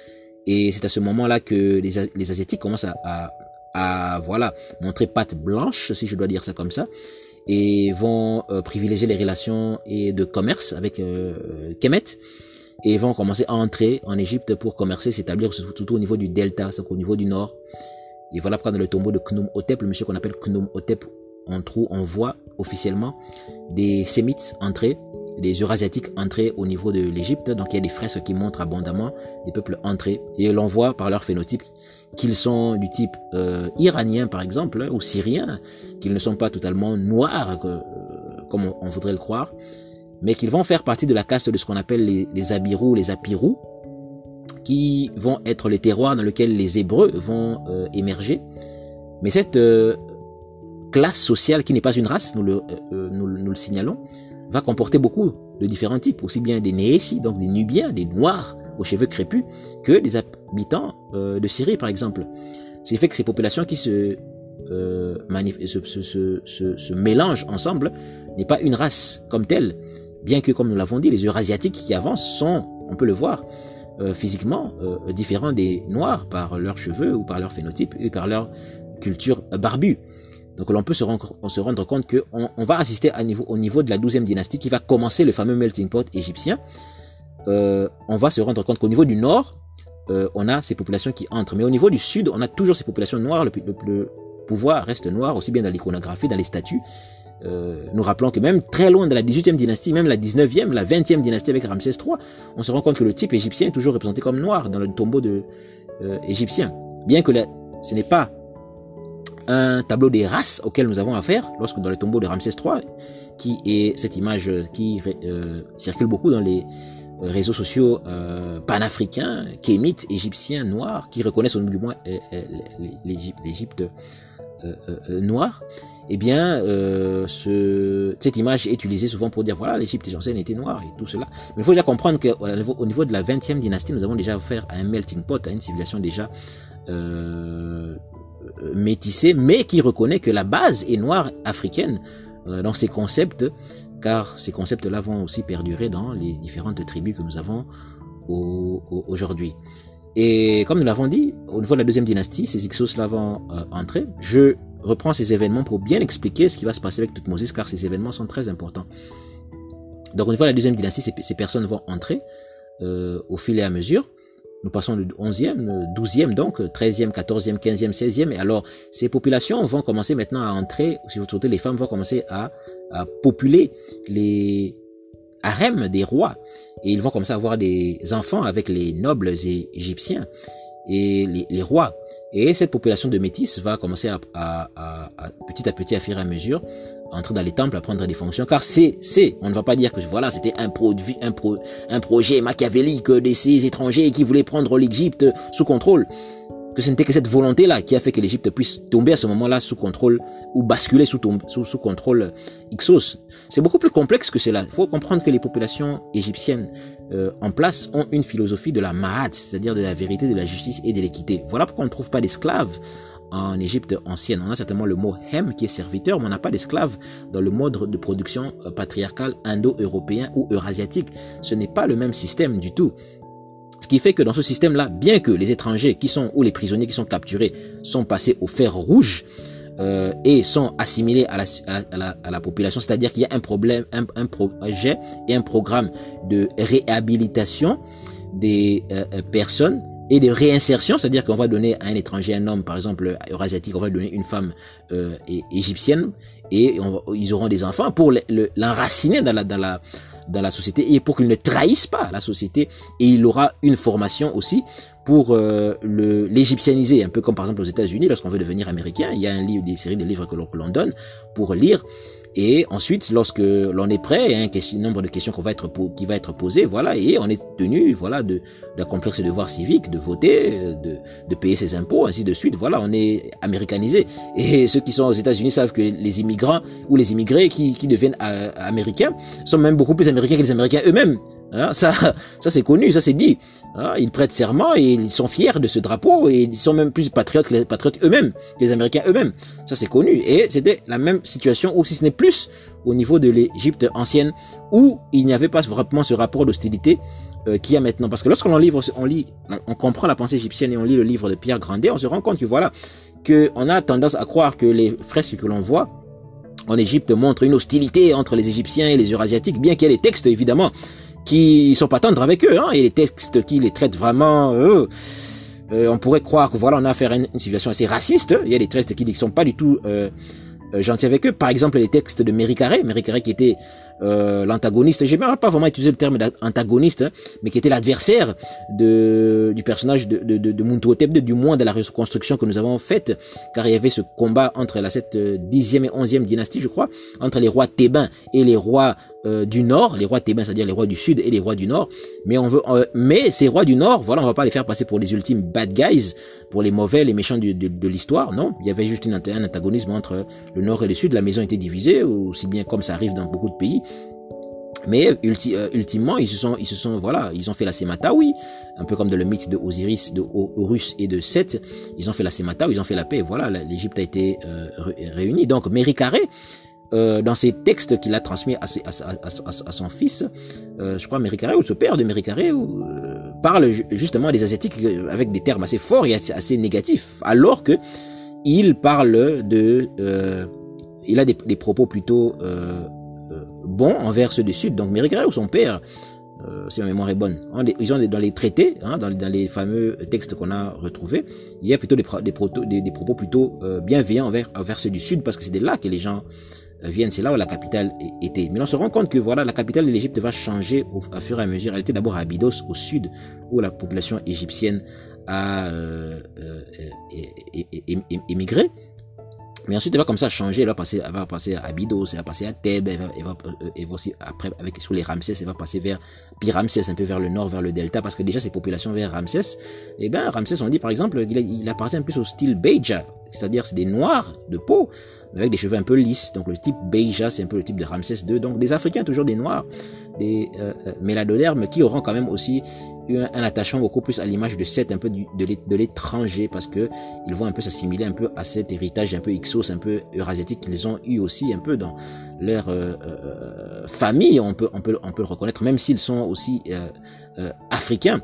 et c'est à ce moment-là que les, les Asiatiques commencent à, à, à voilà montrer patte blanche, si je dois dire ça comme ça, et vont euh, privilégier les relations et de commerce avec euh, Kemet, et vont commencer à entrer en Égypte pour commercer, s'établir surtout au niveau du delta, c'est au niveau du nord. Et voilà pourquoi dans le tombeau de Khnum-Hotep, le monsieur qu'on appelle Khnum-Hotep, on trouve, on voit officiellement des Sémites entrer, des Eurasiatiques entrer au niveau de l'Égypte. Donc il y a des fresques qui montrent abondamment des peuples entrés, et l'on voit par leur phénotype qu'ils sont du type euh, iranien par exemple, ou syrien, qu'ils ne sont pas totalement noirs que, euh, comme on, on voudrait le croire, mais qu'ils vont faire partie de la caste de ce qu'on appelle les, les Abirous, les Apirous, qui vont être les terroirs dans lesquels les Hébreux vont euh, émerger. Mais cette euh, classe sociale, qui n'est pas une race, nous le, euh, nous, nous le signalons, va comporter beaucoup de différents types, aussi bien des Néhésis, donc des Nubiens, des Noirs aux cheveux crépus, que des habitants euh, de Syrie par exemple. C'est fait que ces populations qui se, euh, se, se, se, se, se mélangent ensemble n'est pas une race comme telle, bien que, comme nous l'avons dit, les Eurasiatiques qui avancent sont, on peut le voir, euh, physiquement euh, différents des Noirs par leurs cheveux ou par leur phénotype et par leur culture barbue. Donc l'on peut se rendre, on se rendre compte qu'on on va assister à niveau, au niveau de la douzième dynastie qui va commencer le fameux melting pot égyptien. Euh, on va se rendre compte qu'au niveau du nord, euh, on a ces populations qui entrent. Mais au niveau du sud, on a toujours ces populations noires. Le, le, le pouvoir reste noir, aussi bien dans l'iconographie, dans les statues. Euh, nous rappelons que même très loin de la dix-huitième dynastie, même la dix-neuvième, la vingtième dynastie avec Ramsès trois, on se rend compte que le type égyptien est toujours représenté comme noir dans le tombeau de, euh, égyptien. Bien que la, ce n'est pas un tableau des races auquel nous avons affaire, lorsque dans le tombeau de Ramsès trois, qui est cette image qui euh, circule beaucoup dans les réseaux sociaux euh, panafricains, kémites, égyptiens, noirs, qui reconnaissent du moins euh, l'Égypte euh, euh, noire, eh bien, euh, ce, cette image est utilisée souvent pour dire, voilà, l'Égypte ancienne était noire et tout cela. Mais il faut déjà comprendre qu'au niveau, au niveau de la vingtième dynastie, nous avons déjà affaire à un melting pot, à une civilisation déjà euh, métissée, mais qui reconnaît que la base est noire africaine euh, dans ses concepts, car ces concepts-là vont aussi perdurer dans les différentes tribus que nous avons au, au, aujourd'hui. Et comme nous l'avons dit, au niveau de la deuxième dynastie, ces Hyksos-là vont euh, entrer. Je reprends ces événements pour bien expliquer ce qui va se passer avec Thoutmôsis, car ces événements sont très importants. Donc au niveau de la deuxième dynastie, ces, ces personnes vont entrer euh, au fil et à mesure. Nous passons du onzième, douzième donc, treizième, quatorzième, quinzième, seizième. Et alors, ces populations vont commencer maintenant à entrer, surtout les femmes vont commencer à, à populer les harems des rois. Et ils vont commencer à avoir des enfants avec les nobles égyptiens. et les, les rois. Et cette population de métis va commencer à, à, à, à petit à petit, à fur et à mesure, entrer dans les temples, à prendre des fonctions, car c'est, c'est, on ne va pas dire que voilà, c'était un produit, un pro, un projet machiavélique de ces étrangers qui voulaient prendre l'Égypte sous contrôle, que ce n'était que cette volonté-là qui a fait que l'Égypte puisse tomber à ce moment-là sous contrôle, ou basculer sous, sous, sous contrôle Hyksos. C'est beaucoup plus complexe que cela. Il faut comprendre que les populations égyptiennes euh, en place ont une philosophie de la ma'at, c'est-à-dire de la vérité, de la justice et de l'équité. Voilà pourquoi on ne trouve pas d'esclaves en Égypte ancienne. On a certainement le mot hem qui est serviteur, mais on n'a pas d'esclaves dans le mode de production patriarcal indo-européen ou eurasiatique. Ce n'est pas le même système du tout. Ce qui fait que dans ce système-là, bien que les étrangers qui sont, ou les prisonniers qui sont capturés, sont passés au fer rouge, euh, et sont assimilés à la, à la, à la population, c'est-à-dire qu'il y a un problème, un, un projet et un programme de réhabilitation des euh, personnes et de réinsertion, c'est-à-dire qu'on va donner à un étranger un homme, par exemple eurasiatique, on va donner une femme euh, égyptienne, et on va, ils auront des enfants pour l'enraciner dans la, dans la dans la société et pour qu'il ne trahisse pas la société, et il aura une formation aussi pour euh, le l'égyptianiser, un peu comme par exemple aux États-Unis lorsqu'on veut devenir américain, il y a un livre, des séries de livres que l'on donne pour lire. Et ensuite, lorsque l'on est prêt, il y a un question, nombre de questions qu'on va être qui va être posé, voilà, et on est tenu, voilà, de d'accomplir ses devoirs civiques, de voter, de de payer ses impôts, ainsi de suite. Voilà, on est américanisé. Et ceux qui sont aux États-Unis savent que les immigrants ou les immigrés qui qui deviennent euh, américains sont même beaucoup plus américains que les Américains eux-mêmes. Hein, ça, ça c'est connu, ça c'est dit. Hein, ils prêtent serment et ils sont fiers de ce drapeau et ils sont même plus patriotes que les patriotes eux-mêmes, que les Américains eux-mêmes. Ça c'est connu. Et c'était la même situation, ou si ce n'est plus, au niveau de l'Égypte ancienne, où il n'y avait pas vraiment ce rapport d'hostilité euh, qu'il y a maintenant. Parce que lorsqu'on lit, on lit, on comprend la pensée égyptienne et on lit le livre de Pierre Grandet, on se rend compte que voilà, que on a tendance à croire que les fresques que l'on voit en Égypte montrent une hostilité entre les Égyptiens et les Eurasiatiques, bien qu'il y ait des textes évidemment qui sont pas tendres avec eux, hein, et les textes qui les traitent vraiment, euh, euh, on pourrait croire que voilà, on a affaire à une, une situation assez raciste. Il y a des textes qui ne sont pas du tout euh, euh, gentils avec eux. Par exemple, les textes de Méricaré, Méricaré qui était euh, l'antagoniste. J'ai même pas vraiment utilisé le terme d'antagoniste, hein, mais qui était l'adversaire de du personnage de de, de, de Muntotep, du moins de la reconstruction que nous avons faite, car il y avait ce combat entre la cette dixième et onzième dynastie, je crois, entre les rois thébains et les rois Euh, du nord, les rois thébains, c'est-à-dire les rois du sud et les rois du nord. Mais on veut, euh, mais ces rois du nord, voilà, on va pas les faire passer pour les ultimes bad guys, pour les mauvais, les méchants de, de, de l'histoire. Non, il y avait juste une, un antagonisme entre le nord et le sud. La maison était divisée, aussi bien comme ça arrive dans beaucoup de pays. Mais ulti, euh, ultimement, ils se sont, ils se sont, voilà, ils ont fait la Sémata, oui, un peu comme dans le mythe de Osiris, de Horus et de Seth. Ils ont fait la Sémata, ils ont fait la paix. Voilà, l'Égypte a été euh, réunie. Donc Méricaré, Euh, dans ses textes qu'il a transmis à, ses, à, à, à, à son fils, euh, je crois Méricaré, ou ce père de Méricaré, euh, parle justement des Asiatiques avec des termes assez forts et assez, assez négatifs, alors que il parle de, euh, il a des, des propos plutôt euh, euh, bons envers ceux du Sud. Donc Méricaré ou son père, euh, si ma mémoire est bonne, ils ont dans les traités, hein, dans, dans les fameux textes qu'on a retrouvés, il y a plutôt des, des, proto, des, des propos plutôt euh, bienveillants envers, envers ceux du Sud, parce que c'est de là que les gens viennent, c'est là où la capitale était. Mais on se rend compte que voilà, la capitale de l'Égypte va changer au, à fur et à mesure. Elle était d'abord à Abydos, au sud, où la population égyptienne a euh, euh, émigré. Mais ensuite, elle va comme ça changer. Elle va passer, elle va passer à Abydos, elle va passer à Thèbes, elle va, elle va, elle va aussi après avec sous les Ramsès, elle va passer vers Pi-Ramsès, un peu vers le nord, vers le delta, parce que déjà ces populations vers Ramsès, eh ben Ramsès, on dit par exemple, il, il appartient un peu au style Beja, c'est-à-dire c'est des noirs de peau, avec des cheveux un peu lisses. Donc le type Beja, c'est un peu le type de Ramsès deux. Donc des Africains, toujours des noirs, des euh, méladodermes, qui auront quand même aussi un, un attachement beaucoup plus à l'image de Seth, un peu du, de l'étranger, parce que ils vont un peu s'assimiler un peu à cet héritage un peu Hyksos, un peu eurasiatique qu'ils ont eu aussi un peu dans leur euh, euh, famille. On peut, on peut, on peut le reconnaître, même s'ils sont aussi euh, euh, africains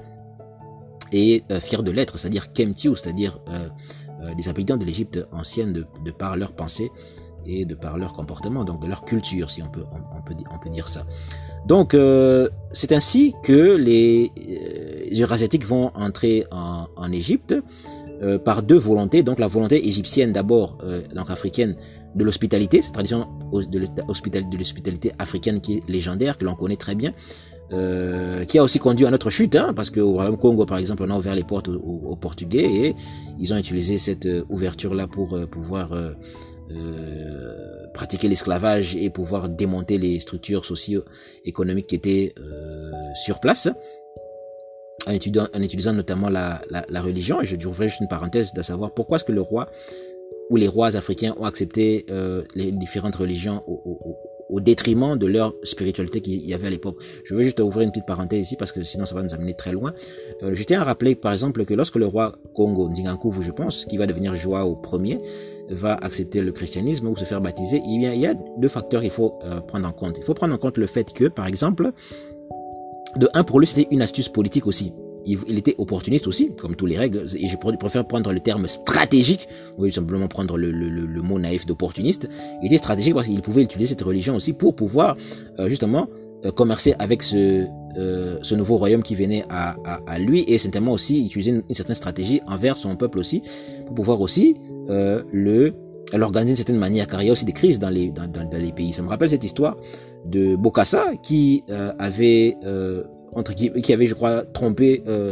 et euh, fiers de l'être, c'est-à-dire Kemtiu, c'est-à-dire euh, Euh, des habitants de l'Égypte ancienne de, de par leur pensée et de par leur comportement, donc de leur culture, si on peut on, on peut on peut dire ça. Donc euh, c'est ainsi que les euh, Eurasiatiques vont entrer en, en Égypte euh, par deux volontés. Donc la volonté égyptienne d'abord, euh, donc africaine, de l'hospitalité, cette tradition de l'hospitalité africaine qui est légendaire, que l'on connaît très bien. euh, qui a aussi conduit à notre chute, hein, parce qu'au Royaume Congo, par exemple, on a ouvert les portes aux, aux Portugais et ils ont utilisé cette euh, ouverture-là pour euh, pouvoir euh, euh, pratiquer l'esclavage et pouvoir démonter les structures socio-économiques qui étaient euh, sur place. En utilisant, en utilisant notamment la, la, la religion. Et je ouvrirai juste une parenthèse de savoir pourquoi est-ce que le roi ou les rois africains ont accepté euh, les différentes religions au, au, au détriment de leur spiritualité qu'il y avait à l'époque. Je veux juste ouvrir une petite parenthèse ici parce que sinon ça va nous amener très loin. Euh, je tiens à rappeler par exemple que lorsque le roi Congo, Ndingankouvou je pense, qui va devenir Joao Ier, va accepter le christianisme ou se faire baptiser, il y a, il y a deux facteurs qu'il faut euh, prendre en compte. Il faut prendre en compte le fait que, par exemple, de un, pour lui, c'était une astuce politique aussi. Il, il était opportuniste aussi, comme tous les règles, et je préfère prendre le terme stratégique, ou simplement prendre le, le, le, le mot naïf d'opportuniste. Il était stratégique parce qu'il pouvait utiliser cette religion aussi pour pouvoir, euh, justement, euh, commercer avec ce, euh, ce nouveau royaume qui venait à, à, à lui, et certainement aussi utiliser une, une certaine stratégie envers son peuple aussi, pour pouvoir aussi euh, le l'organiser d'une certaine manière, car il y a aussi des crises dans les, dans, dans, dans les pays. Ça me rappelle cette histoire de Bokassa qui euh, avait euh, entre qui, qui avait je crois trompé euh,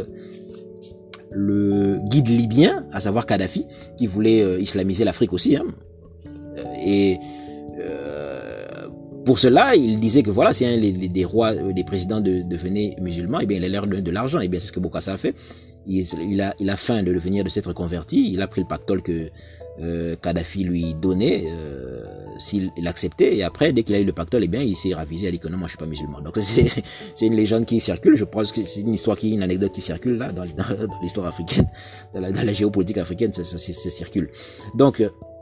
le guide libyen, à savoir Kadhafi, qui voulait euh, islamiser l'Afrique aussi, hein. Et euh, pour cela il disait que voilà, si un les, les, des rois, euh, des présidents de, devenaient musulmans, et bien il allait leur donner de l'argent. Et bien c'est ce que Bokassa a fait. Il, il a il a faim de devenir, de s'être converti. Il a pris le pactole que euh, Kadhafi lui donnait euh, s'il l'acceptait, et après dès qu'il a eu le pactole, eh bien il s'est ravisé, il a dit que non, moi je suis pas musulman. Donc c'est c'est une légende qui circule, je pense que c'est une histoire qui une anecdote qui circule là dans, dans, dans l'histoire africaine, dans la, dans la géopolitique africaine, ça, ça, ça, ça circule. Donc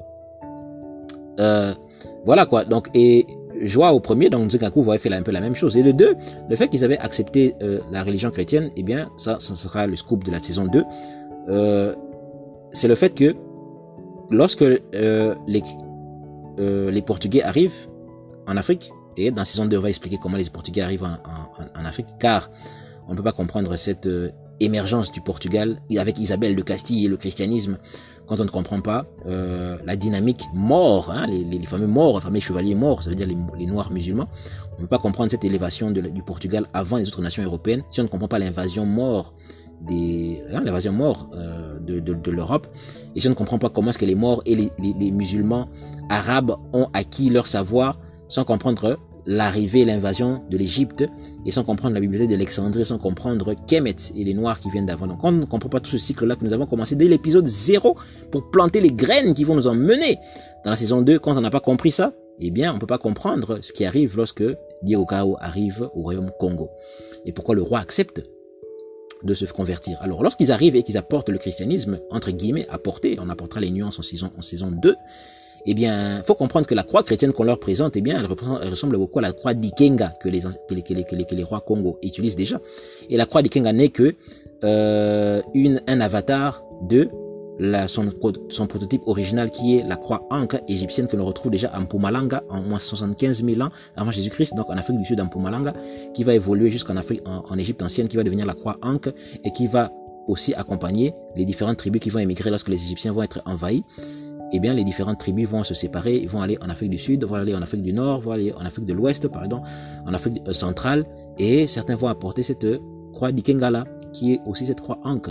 euh, voilà quoi. Donc et Joao Ier, donc Ndingankouvou avait fait un peu la même chose. Et de deux, le fait qu'ils avaient accepté euh, la religion chrétienne, eh bien ça, ça sera le scoop de la saison deux. Euh, c'est le fait que lorsque euh, les euh, les Portugais arrivent en Afrique, et dans la saison deux on va expliquer comment les Portugais arrivent en, en, en Afrique, car on ne peut pas comprendre cette euh, émergence du Portugal avec Isabelle de Castille et le christianisme quand on ne comprend pas euh, la dynamique mort, hein, les, les, les fameux morts, les fameux chevaliers morts, ça veut dire les, les noirs musulmans. On ne peut pas comprendre cette élévation de, du Portugal avant les autres nations européennes si on ne comprend pas l'invasion mort des hein, l'invasion mort euh, de, de, de l'Europe, et si on ne comprend pas comment est-ce que les morts et les, les, les musulmans arabes ont acquis leur savoir sans comprendre l'arrivée et l'invasion de l'Égypte, et sans comprendre la bibliothèque d'Alexandrie, sans comprendre Kemet et les Noirs qui viennent d'avant. Donc on ne comprend pas tout ce cycle-là que nous avons commencé dès l'épisode zéro pour planter les graines qui vont nous emmener dans la saison deux. Quand on n'a pas compris ça, eh bien on ne peut pas comprendre ce qui arrive lorsque Diego Cao arrive au royaume Congo. Et pourquoi le roi accepte de se convertir. Alors lorsqu'ils arrivent et qu'ils apportent le christianisme, entre guillemets, apporté, on apportera les nuances en saison, en saison deux, eh bien, faut comprendre que la croix chrétienne qu'on leur présente, eh bien, elle, représente, elle ressemble beaucoup à la croix d'Ikenga que les, que les, que les, que les, que les rois Congo utilisent déjà. Et la croix d'Ikenga n'est que euh, une, un avatar de la, son, son prototype original qui est la croix Ankh égyptienne que l'on retrouve déjà à Mpumalanga en moins soixante-quinze mille ans avant Jésus-Christ, donc en Afrique du Sud, à Mpumalanga, qui va évoluer jusqu'en Afrique, en, en Égypte ancienne, qui va devenir la croix Ankh et qui va aussi accompagner les différentes tribus qui vont émigrer lorsque les Égyptiens vont être envahis. Eh bien, les différentes tribus vont se séparer, ils vont aller en Afrique du Sud, vont aller en Afrique du Nord, vont aller en Afrique de l'Ouest, pardon, en Afrique centrale, et certains vont apporter cette croix d'Ikengala, qui est aussi cette croix Ankh.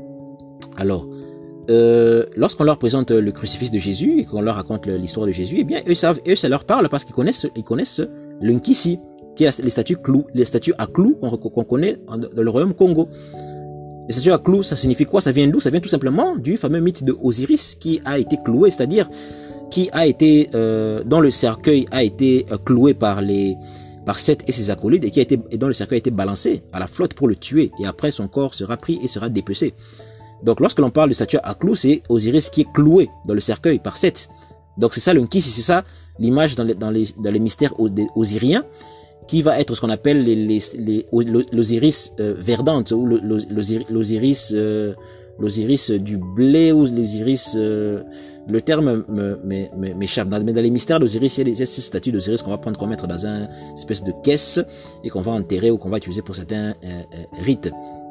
Alors, euh, lorsqu'on leur présente le crucifix de Jésus et qu'on leur raconte l'histoire de Jésus, eh bien, eux savent, eux, ça leur parle parce qu'ils connaissent, ils connaissent le Nkisi, qui est les statues clous, les statues à clous qu'on qu'on connaît dans le royaume Congo. Les statues à clous, ça signifie quoi? Ça vient d'où? Ça vient tout simplement du fameux mythe de Osiris qui a été cloué, c'est-à-dire qui a été euh, dont le cercueil a été euh, cloué par les par Seth et ses acolytes et qui a été et dont le cercueil a été balancé à la flotte pour le tuer, et après son corps sera pris et sera dépecé. Donc lorsque l'on parle de statue à clous, c'est Osiris qui est cloué dans le cercueil par Seth. Donc c'est ça le Nkisi, c'est ça l'image dans les dans les dans les mystères osiriens, qui va être ce qu'on appelle les, les, les, l'Osiris euh, verdante, ou l'Osiris euh, l'Osiris du blé, ou l'Osiris, euh, le terme m'échappe, mais dans les mystères d'Osiris, il y a ces statues d'Osiris qu'on va prendre, qu'on va mettre dans une espèce de caisse et qu'on va enterrer ou qu'on va utiliser pour certains euh, euh, rites.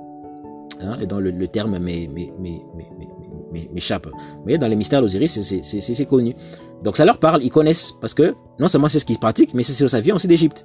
Hein, et dont le, le terme m'échappe. Mais dans les mystères d'Osiris, c'est connu. Donc ça leur parle, ils connaissent, parce que non seulement c'est ce qu'ils pratiquent, mais ça vient aussi d'Égypte.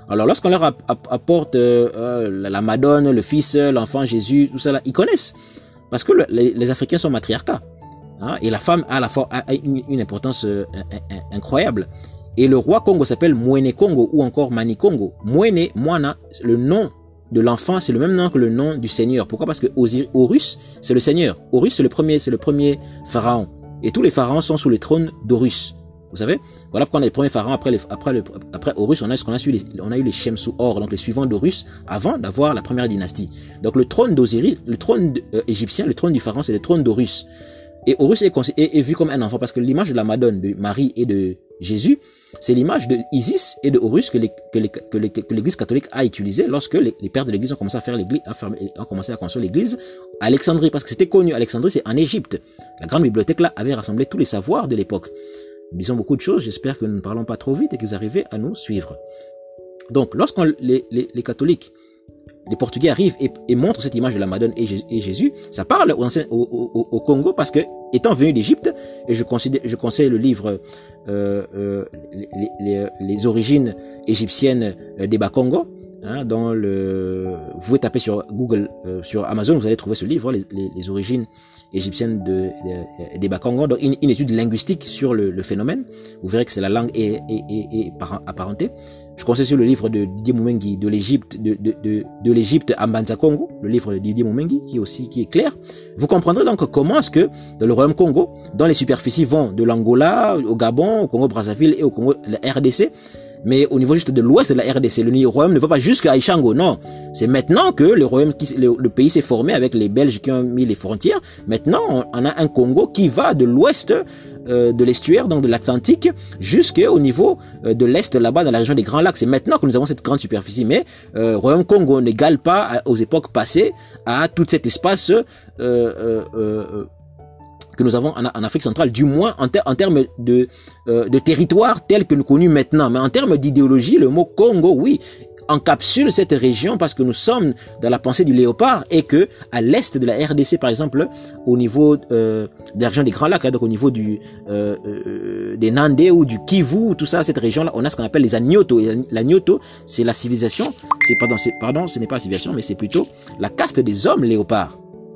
Alors lorsqu'on leur apporte euh, la Madone, le Fils, l'enfant Jésus, tout ça là, ils connaissent. Parce que le, les, les Africains sont matriarcats. Hein, et la femme a, la, a une, une importance euh, incroyable. Et le roi Congo s'appelle Mwene Congo ou encore Mani Congo. Mwene, Mwana, le nom de l'enfant, c'est le même nom que le nom du Seigneur. Pourquoi? Parce que Horus, c'est le Seigneur. Horus, c'est le premier, c'est le premier pharaon. Et tous les pharaons sont sous le trône d'Horus. Vous savez? Voilà pourquoi on a les premiers pharaons. Après, les, après, le, après Horus, on a ce qu'on a su, les, on a eu les Shemsu-Or, donc les suivants d'Horus, avant d'avoir la première dynastie. Donc le trône d'Osiris, le trône euh, égyptien, le trône du pharaon, c'est le trône d'Horus. Et Horus est, est, est vu comme un enfant parce que l'image de la Madone, de Marie et de Jésus, c'est l'image de Isis et de Horus que l'Église catholique a utilisé lorsque les, les pères de l'Église ont commencé à faire l'Église, ont commencé à construire l'Église à Alexandrie, parce que c'était connu. Alexandrie, c'est en Égypte. La grande bibliothèque là avait rassemblé tous les savoirs de l'époque. Nous disons beaucoup de choses. J'espère que nous ne parlons pas trop vite et que vous arrivez à nous suivre. Donc, lorsqu'on les, les, les catholiques, les Portugais arrivent et, et montrent cette image de la Madone et, et Jésus, ça parle au, au, au Congo parce que, étant venu d'Égypte, et je, considère, je conseille le livre euh, euh, les, les, les origines égyptiennes des Bakongo, hein, dans le, vous pouvez taper sur Google, euh, sur Amazon, vous allez trouver ce livre, les, les, les origines égyptiennes de, de, des Bakongo, donc une, une étude linguistique sur le, le phénomène. Vous verrez que c'est la langue est, est, est, est apparentée. Je conseille sur le livre de Didier Moumengi de l'Égypte, de, de, de, de l'Égypte à Mbanza Congo, le livre de Didier Moumengi, qui est aussi, qui est clair. Vous comprendrez donc comment est-ce que dans le royaume Congo, dont les superficies vont de l'Angola au Gabon, au Congo-Brazzaville et au Congo, la R D C, mais au niveau juste de l'ouest de la R D C, le royaume ne va pas jusqu'à Ishango, non. C'est maintenant que le royaume, qui, le, le pays s'est formé avec les Belges qui ont mis les frontières. Maintenant, on, on a un Congo qui va de l'ouest euh, de l'estuaire, donc de l'Atlantique, jusqu'au niveau euh, de l'est, là-bas, dans la région des Grands Lacs. C'est maintenant que nous avons cette grande superficie. Mais euh, royaume Congo n'égale pas à, aux époques passées à tout cet espace euh, euh, euh, que nous avons en, en Afrique centrale, du moins en, ter en termes de, euh, de territoire tel que nous connus maintenant. Mais en termes d'idéologie, le mot Congo, oui, encapsule cette région parce que nous sommes dans la pensée du léopard et que à l'est de la R D C, par exemple, au niveau euh, de la région des Grands Lacs, hein, donc au niveau du euh, euh, des Nandé ou du Kivu, tout ça, cette région-là, on a ce qu'on appelle les Agnoto. Et l'Agnoto, c'est la civilisation, c'est pardon, c'est pardon, ce n'est pas la civilisation, mais c'est plutôt la caste des hommes léopards.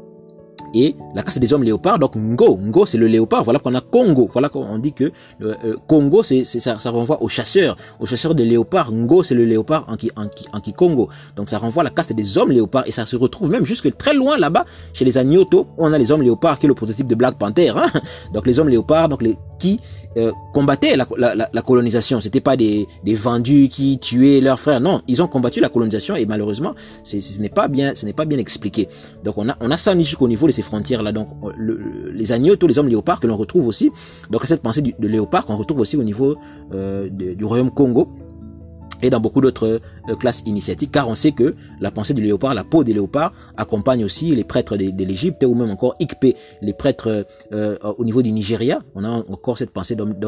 Et la caste des hommes léopards, donc Ngo, Ngo c'est le léopard, voilà qu'on a Congo, voilà qu'on dit que euh, Congo, c'est ça, ça renvoie aux chasseurs, aux chasseurs de léopards. Ngo c'est le léopard en qui en qui en qui Congo, donc ça renvoie à la caste des hommes léopards et ça se retrouve même jusque très loin là-bas chez les Agnoto, on a les hommes léopards qui est le prototype de Black Panther, hein. Donc les hommes léopards, donc les qui euh, combattaient la, la, la, la colonisation, c'était pas des, des vendus qui tuaient leurs frères, non, ils ont combattu la colonisation et malheureusement ce n'est pas bien, ce n'est pas bien expliqué. Donc on a on a ça jusqu'au niveau de ces frontières là, donc le, le, les agnotos, les hommes léopards que l'on retrouve aussi, donc cette pensée du, de léopard qu'on retrouve aussi au niveau euh, de, du royaume Congo et dans beaucoup d'autres euh, classes initiatiques, car on sait que la pensée du léopard, la peau des léopards accompagne aussi les prêtres de, de l'Égypte ou même encore Ikpe, les prêtres euh, au niveau du Nigeria. On a encore cette pensée d'homme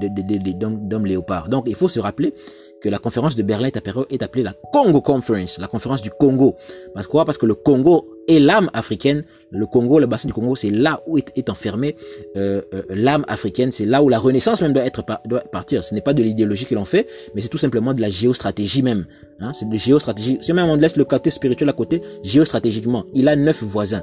d'homme léopard. Donc il faut se rappeler que la conférence de Berlin est appelée, est appelée la Congo Conference, la conférence du Congo. Parce quoi? Parce que le Congo est l'âme africaine. Le Congo, le bassin du Congo, c'est là où est, est enfermée euh, euh, l'âme africaine. C'est là où la renaissance même doit être doit partir. Ce n'est pas de l'idéologie que l'on fait, mais c'est tout simplement de la géostratégie même. Hein, c'est de géostratégie. Si même on laisse le côté spirituel à côté, géostratégiquement, il a neuf voisins.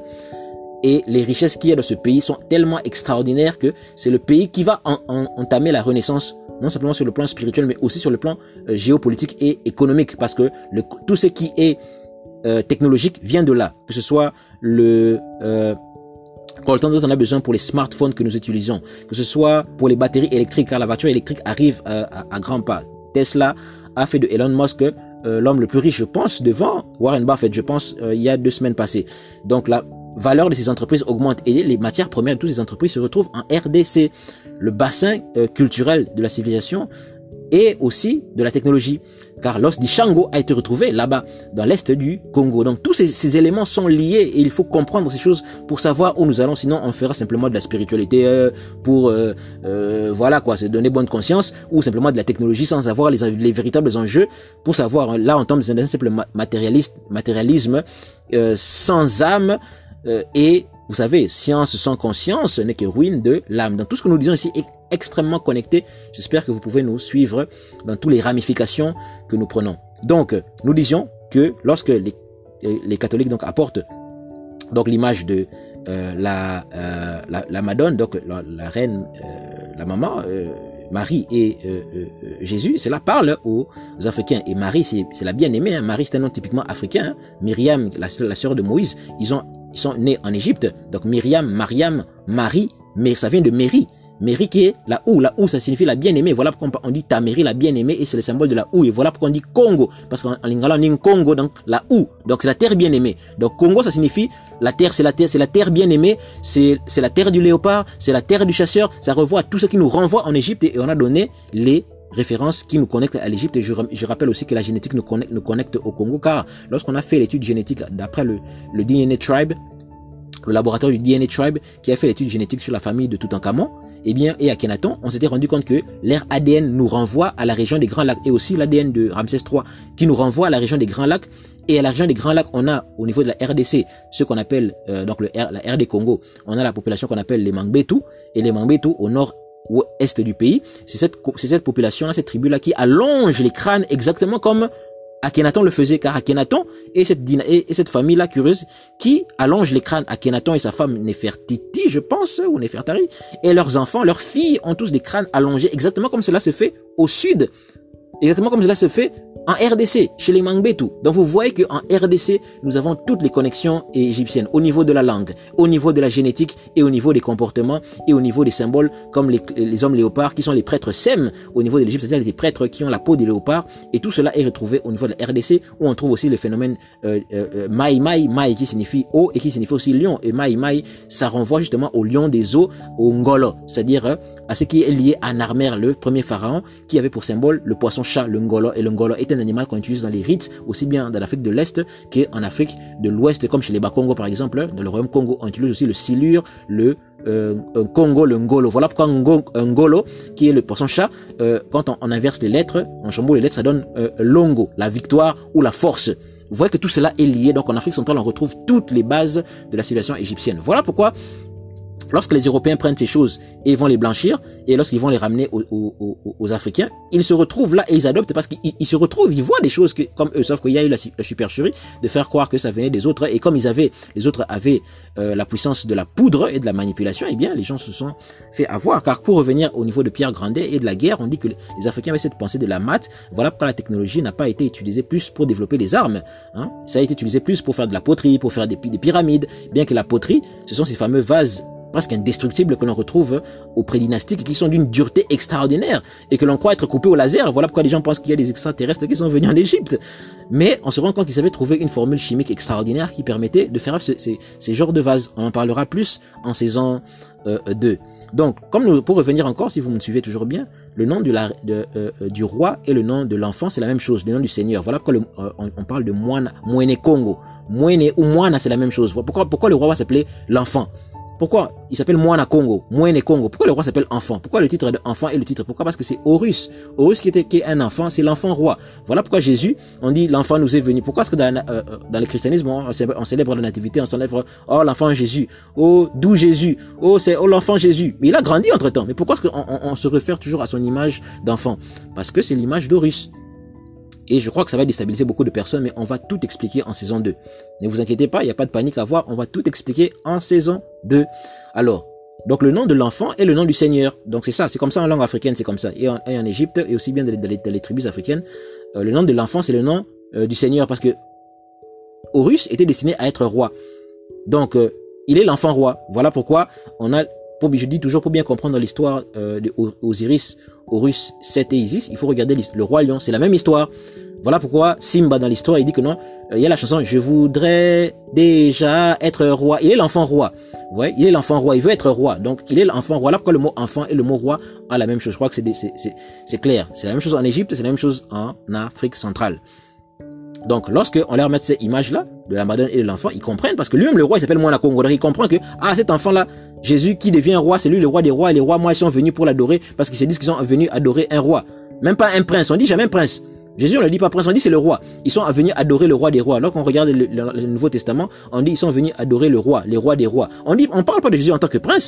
Et les richesses qu'il y a dans ce pays sont tellement extraordinaires que c'est le pays qui va en, en, entamer la renaissance, non simplement sur le plan spirituel, mais aussi sur le plan euh, géopolitique et économique, parce que le, tout ce qui est euh, technologique vient de là, que ce soit le euh, coltan dont on a besoin pour les smartphones que nous utilisons, que ce soit pour les batteries électriques, car la voiture électrique arrive euh, à, à grands pas. Tesla a fait de Elon Musk euh, l'homme le plus riche, je pense, devant Warren Buffett, je pense, euh, il y a deux semaines passées. Donc la valeur de ces entreprises augmente et les matières premières de toutes ces entreprises se retrouvent en R D C, le bassin euh, culturel de la civilisation et aussi de la technologie, car l'os d'Ishango a été retrouvé là-bas, dans l'est du Congo. Donc tous ces, ces éléments sont liés et il faut comprendre ces choses pour savoir où nous allons, sinon on fera simplement de la spiritualité euh, pour, euh, euh, voilà quoi, se donner bonne conscience, ou simplement de la technologie sans avoir les, les véritables enjeux pour savoir. Là on tombe dans un simple matérialiste, matérialisme euh, sans âme, euh, et vous savez, science sans conscience n'est que ruine de l'âme. Donc tout ce que nous disons ici est extrêmement connecté. J'espère que vous pouvez nous suivre dans toutes les ramifications que nous prenons. Donc, nous disions que lorsque les, les catholiques donc apportent donc l'image de euh, la, euh, la la Madone, donc la, la reine, euh, la maman euh, Marie et euh, euh, Jésus, cela parle aux Africains. Et Marie, c'est la bien-aimée. Hein. Marie, c'est un nom typiquement africain. Hein. Myriam, la, la sœur de Moïse, ils ont ils sont nés en Égypte. Donc Myriam, Mariam, Marie, mais ça vient de Méry. Méry qui est la houe. La houe, ça signifie la bien-aimée. Voilà pourquoi on dit Taméry, la bien-aimée, et c'est le symbole de la houe. Et voilà pourquoi on dit Congo. Parce qu'en lingala, on dit Congo, donc la houe. Donc c'est la terre bien-aimée. Donc Congo, ça signifie la terre, c'est la terre, c'est la terre bien-aimée, c'est la terre du léopard, c'est la terre du chasseur. Ça revoit à tout ce qui nous renvoie en Égypte, et on a donné les références qui nous connectent à l'Égypte. Et je, je rappelle aussi que la génétique nous connecte, nous connecte au Congo, car lorsqu'on a fait l'étude génétique d'après le, le D N A Tribe, le laboratoire du D N A Tribe qui a fait l'étude génétique sur la famille de Toutankhamon, eh bien, et Akhenaton, on s'était rendu compte que leur A D N nous renvoie à la région des Grands Lacs, et aussi l'A D N de Ramsès trois qui nous renvoie à la région des Grands Lacs. Et à la région des Grands Lacs, on a au niveau de la R D C ce qu'on appelle euh, donc le R, la R D Congo, on a la population qu'on appelle les Mangbetu, et les Mangbetu au nord ouest du pays, c'est cette c'est cette population là, cette tribu là qui allonge les crânes exactement comme Akhenaton le faisait, car Akhenaton et cette, et cette famille-là curieuse qui allonge les crânes, Akhenaton et sa femme Nefertiti, je pense, ou Nefertari, et leurs enfants, leurs filles ont tous des crânes allongés, exactement comme cela se fait au sud, exactement comme cela se fait en R D C, chez les Mangbetu. Donc vous voyez qu'en R D C, nous avons toutes les connexions égyptiennes, au niveau de la langue, au niveau de la génétique, et au niveau des comportements, et au niveau des symboles, comme les, les hommes léopards, qui sont les prêtres Sem, au niveau de l'Égypte, c'est-à-dire les prêtres qui ont la peau des léopards, et tout cela est retrouvé au niveau de la R D C, où on trouve aussi le phénomène euh, euh, Mai Mai, Mai qui signifie eau, et qui signifie aussi lion, et Mai Mai, ça renvoie justement au lion des eaux, au Ngolo, c'est-à-dire euh, à ce qui est lié à Narmer, le premier pharaon, qui avait pour symbole le poisson-chat, le Ngolo, et le Ngolo est un animal qu'on utilise dans les rites, aussi bien dans l'Afrique de l'Est qu'en Afrique de l'Ouest, comme chez les Bakongo par exemple. Dans le royaume Congo, on utilise aussi le silure, le euh, Congo, le Ngolo. Voilà pourquoi un Ngolo, qui est le poisson-chat, euh, quand on, on inverse les lettres, on chamboule les lettres, ça donne euh, Longo, la victoire ou la force. Vous voyez que tout cela est lié. Donc en Afrique centrale, on retrouve toutes les bases de la civilisation égyptienne. Voilà pourquoi lorsque les Européens prennent ces choses et vont les blanchir, et lorsqu'ils vont les ramener aux, aux, aux, aux Africains, ils se retrouvent là et ils adoptent, parce qu'ils ils se retrouvent, ils voient des choses que, comme eux, sauf qu'il y a eu la, la supercherie de faire croire que ça venait des autres, et comme ils avaient, les autres avaient euh, la puissance de la poudre et de la manipulation, eh bien les gens se sont fait avoir. Car pour revenir au niveau de Pierre Grandet et de la guerre, on dit que les Africains avaient cette pensée de la maths. Voilà pourquoi la technologie n'a pas été utilisée plus pour développer les armes, hein. Ça a été utilisé plus pour faire de la poterie, pour faire des, des pyramides, bien que la poterie, ce sont ces fameux vases presque indestructibles que l'on retrouve au prédynastique, qui sont d'une dureté extraordinaire et que l'on croit être coupés au laser. Voilà pourquoi les gens pensent qu'il y a des extraterrestres qui sont venus en Égypte. Mais on se rend compte qu'ils avaient trouvé une formule chimique extraordinaire qui permettait de faire ce, ces, ces genres de vases. On en parlera plus en saison euh, deux. Donc, comme nous, pour revenir encore, si vous me suivez toujours bien, le nom de la, de, euh, du roi et le nom de l'enfant, c'est la même chose, le nom du Seigneur. Voilà pourquoi le, euh, on, on parle de Moine, Moine Congo. Moine ou Moine, c'est la même chose. Pourquoi, pourquoi le roi va s'appeler l'enfant? Pourquoi il s'appelle Moine Congo, Moine Congo? Pourquoi le roi s'appelle enfant? Pourquoi le titre de enfant est le titre? Pourquoi? Parce que c'est Horus. Horus qui était qui est un enfant, c'est l'enfant roi. Voilà pourquoi Jésus, on dit l'enfant nous est venu. Pourquoi est-ce que dans, euh, dans le christianisme, on célèbre, on célèbre la nativité, on célèbre oh l'enfant Jésus, oh d'où Jésus, oh c'est oh l'enfant Jésus. Mais il a grandi entre temps. Mais pourquoi est-ce qu'on on, on se réfère toujours à son image d'enfant? Parce que c'est l'image d'Horus. Et je crois que ça va déstabiliser beaucoup de personnes, mais on va tout expliquer en saison deux. Ne vous inquiétez pas, il n'y a pas de panique à avoir, on va tout expliquer en saison deux. Alors, donc le nom de l'enfant est le nom du Seigneur. Donc c'est ça, c'est comme ça en langue africaine, c'est comme ça. Et en, et en Égypte, et aussi bien dans les, dans les, dans les tribus africaines, euh, le nom de l'enfant, c'est le nom euh, du Seigneur, parce que Horus était destiné à être roi. Donc, euh, il est l'enfant roi. Voilà pourquoi on a, pour, je dis toujours, pour bien comprendre l'histoire euh, d'Osiris, Horus, Seth et Isis, il faut regarder le roi lion, c'est la même histoire. Voilà pourquoi Simba dans l'histoire, il dit que non, euh, il y a la chanson « Je voudrais déjà être roi ». Il est l'enfant roi. Vous voyez, il est l'enfant roi, il veut être roi. Donc, il est l'enfant roi. Voilà pourquoi le mot enfant et le mot roi ont la même chose. Je crois que c'est clair. C'est la même chose en Égypte, c'est la même chose en Afrique centrale. Donc, lorsque on leur met ces images-là, de la Madone et de l'enfant, ils comprennent, parce que lui-même, le roi, il s'appelle Moine Congo. Il comprend que, ah, cet enfant-là, Jésus qui devient roi, c'est lui le roi des rois, et les rois, moi, ils sont venus pour l'adorer, parce qu'ils se disent qu'ils sont venus adorer un roi. Même pas un prince, on dit jamais un prince. Jésus, on ne le dit pas prince, on dit c'est le roi. Ils sont venus adorer le roi des rois. Alors qu'on regarde le, le, le Nouveau Testament, on dit ils sont venus adorer le roi, les rois des rois. On dit, on parle pas de Jésus en tant que prince.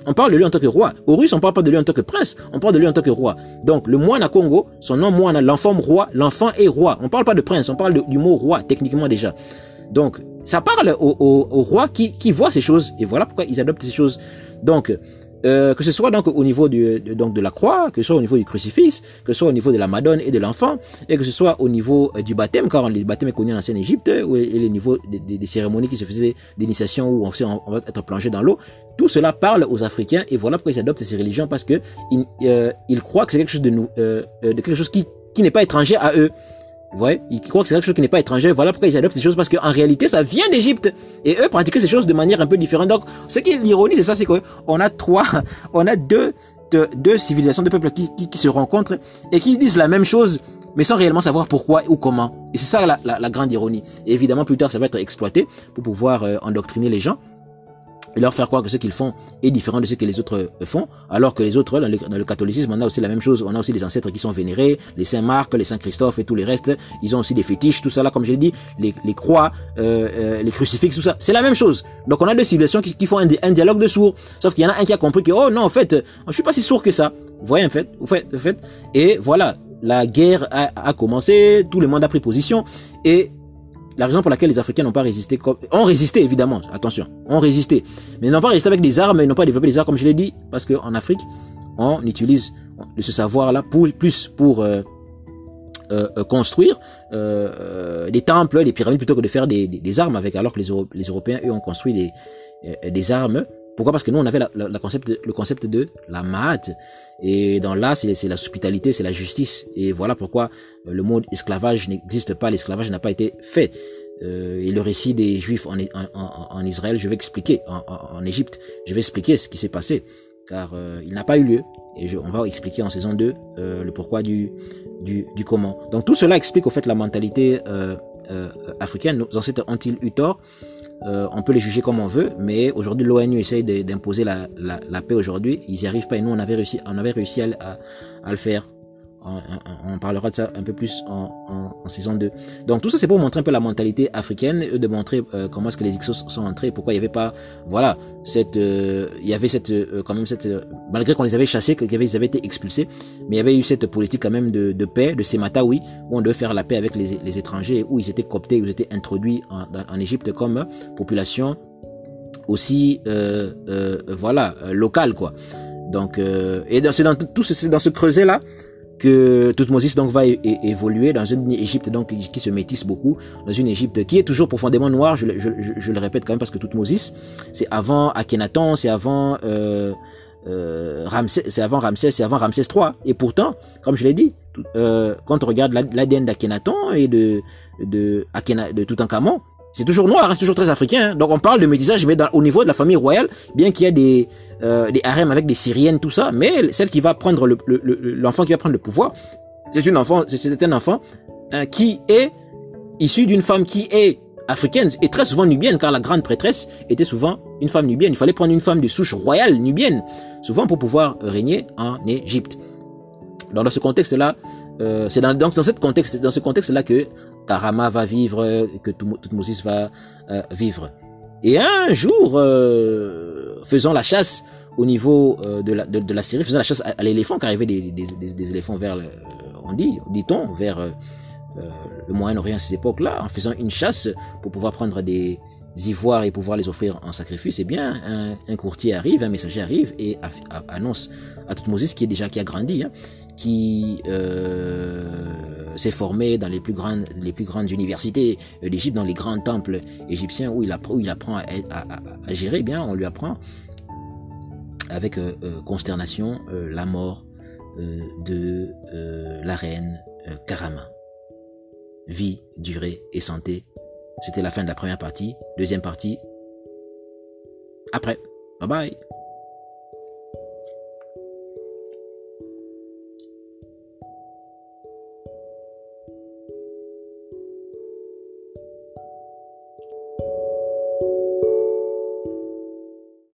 on parle de lui en tant que roi. Aux Russes, on parle pas de lui en tant que prince, on parle de lui en tant que roi. Donc, le moine à Congo, son nom moine, l'enfant roi, l'enfant est roi. On parle pas de prince, on parle de, du mot roi, techniquement déjà. Donc, ça parle aux au, au rois qui, qui voient ces choses, et voilà pourquoi ils adoptent ces choses. Donc, Euh, que ce soit donc au niveau du, de, donc de la croix, que ce soit au niveau du crucifix, que ce soit au niveau de la Madone et de l'enfant, et que ce soit au niveau euh, du baptême, car le baptême est connu en ancienne Égypte, où, et les niveaux des, des, des cérémonies qui se faisaient d'initiation où on, on va être plongé dans l'eau, tout cela parle aux Africains, et voilà pourquoi ils adoptent ces religions, parce que ils, euh, ils croient que c'est quelque chose de nous, euh, de quelque chose qui, qui n'est pas étranger à eux. Vous voyez, ils croient que c'est quelque chose qui n'est pas étranger. Voilà pourquoi ils adoptent ces choses, parce qu'en réalité, ça vient d'Égypte. Et eux pratiquaient ces choses de manière un peu différente. Donc, ce qui est l'ironie, c'est ça, c'est qu'on a trois, on a deux, deux, deux civilisations, deux peuples qui, qui, qui se rencontrent et qui disent la même chose, mais sans réellement savoir pourquoi ou comment. Et c'est ça la, la, la grande ironie. Et évidemment, plus tard, ça va être exploité pour pouvoir euh, endoctriner les gens et leur faire croire que ce qu'ils font est différent de ce que les autres font, alors que les autres, dans le, dans le catholicisme, on a aussi la même chose, on a aussi les ancêtres qui sont vénérés, les saints Marc, les saints Christophe et tous les restes, ils ont aussi des fétiches, tout ça là, comme je l'ai dit, les, les croix, euh, euh, les crucifixes, tout ça, c'est la même chose. Donc on a deux civilisations qui, qui font un, un dialogue de sourds, sauf qu'il y en a un qui a compris que, oh non, en fait, je suis pas si sourd que ça, vous voyez en fait, vous faites, vous faites, et voilà, la guerre a, a commencé, tout le monde a pris position, et la raison pour laquelle les Africains n'ont pas résisté, comme, ont résisté évidemment, attention, ont résisté, mais n'ont pas résisté avec des armes, ils n'ont pas développé des armes comme je l'ai dit, parce qu'en Afrique, on utilise ce savoir-là pour plus pour euh, euh, construire euh, des temples, des pyramides plutôt que de faire des, des, des armes avec, alors que les, Euro, les Européens eux ont construit des, euh, des armes. Pourquoi? Parce que nous on avait la, la, la concept de, le concept de la Maat, et dans là c'est la hospitalité, c'est la justice, et voilà pourquoi le mot esclavage n'existe pas, l'esclavage n'a pas été fait. Euh, et le récit des Juifs en, en, en Israël, je vais expliquer, en, en, en Égypte, je vais expliquer ce qui s'est passé, car euh, il n'a pas eu lieu, et je, on va expliquer en saison deux euh, le pourquoi du, du, du comment. Donc tout cela explique au fait la mentalité euh, euh, africaine. Nos ancêtres ont-ils eu tort? Euh, on peut les juger comme on veut, mais aujourd'hui l'ONU essaye d'imposer la, la, la paix aujourd'hui, ils n'y arrivent pas, et nous on avait réussi, on avait réussi à, à, à le faire. On, on, on parlera de ça un peu plus en, en, en saison deux. Donc tout ça c'est pour montrer un peu la mentalité africaine, et de montrer euh, comment est-ce que les Hyksos sont entrés, pourquoi il y avait pas, voilà, cette, euh, il y avait cette, euh, quand même cette, euh, malgré qu'on les avait chassés, qu'ils avaient, ils avaient été expulsés, mais il y avait eu cette politique quand même de, de paix, de Sematawi, où on devait faire la paix avec les, les étrangers, où ils étaient cooptés, où ils étaient introduits en, en Égypte comme population aussi, euh, euh, voilà, euh, locale quoi. Donc, euh, et c'est dans tout, c'est dans ce creuset là que Toutmoses donc va é évoluer dans une Égypte donc qui se métisse beaucoup, dans une Égypte qui est toujours profondément noire, je, je, je, je le répète quand même, parce que Toutmoses c'est avant Akhenaton, c'est avant euh, euh, Ramsès, c'est avant Ramsès, c'est avant Ramsès trois, et pourtant, comme je l'ai dit, euh, quand on regarde l'A D N d'Akhenaton et de de, Akhena, de Toutankhamon, c'est toujours noir, c'est toujours très africain. Hein. Donc on parle de métissage, mais dans, au niveau de la famille royale, bien qu'il y ait des euh, des harems avec des Syriennes, tout ça, mais celle qui va prendre le l'enfant le, qui va prendre le pouvoir, c'est une enfant, c'est un enfant hein, qui est issu d'une femme qui est africaine et très souvent nubienne, car la grande prêtresse était souvent une femme nubienne. Il fallait prendre une femme de souche royale nubienne, souvent pour pouvoir régner en Égypte. Donc dans ce contexte-là, euh, c'est dans, dans, dans, cette contexte, dans ce contexte-là que Karama va vivre, que Toutmoses va euh, vivre. Et un jour, euh, faisant la chasse au niveau euh, de, la, de, de la Syrie, faisant la chasse à, à l'éléphant, car il y avait des, des, des, des éléphants vers, le, on dit, dit-on, vers euh, le Moyen-Orient à ces époques-là, en faisant une chasse pour pouvoir prendre des ivoires et pouvoir les offrir en sacrifice, eh bien, un, un courtier arrive, un messager arrive et a, a, annonce à Toutmoses, qui est déjà qui a grandi, hein, qui euh, s'est formé dans les plus grandes les plus grandes universités d'Égypte, dans les grands temples égyptiens où il apprend où il apprend à, à, à, à gérer. Eh bien, on lui apprend avec euh, consternation euh, la mort euh, de euh, la reine euh, Karama. Vie, durée et santé. C'était la fin de la première partie. Deuxième partie après. Bye bye.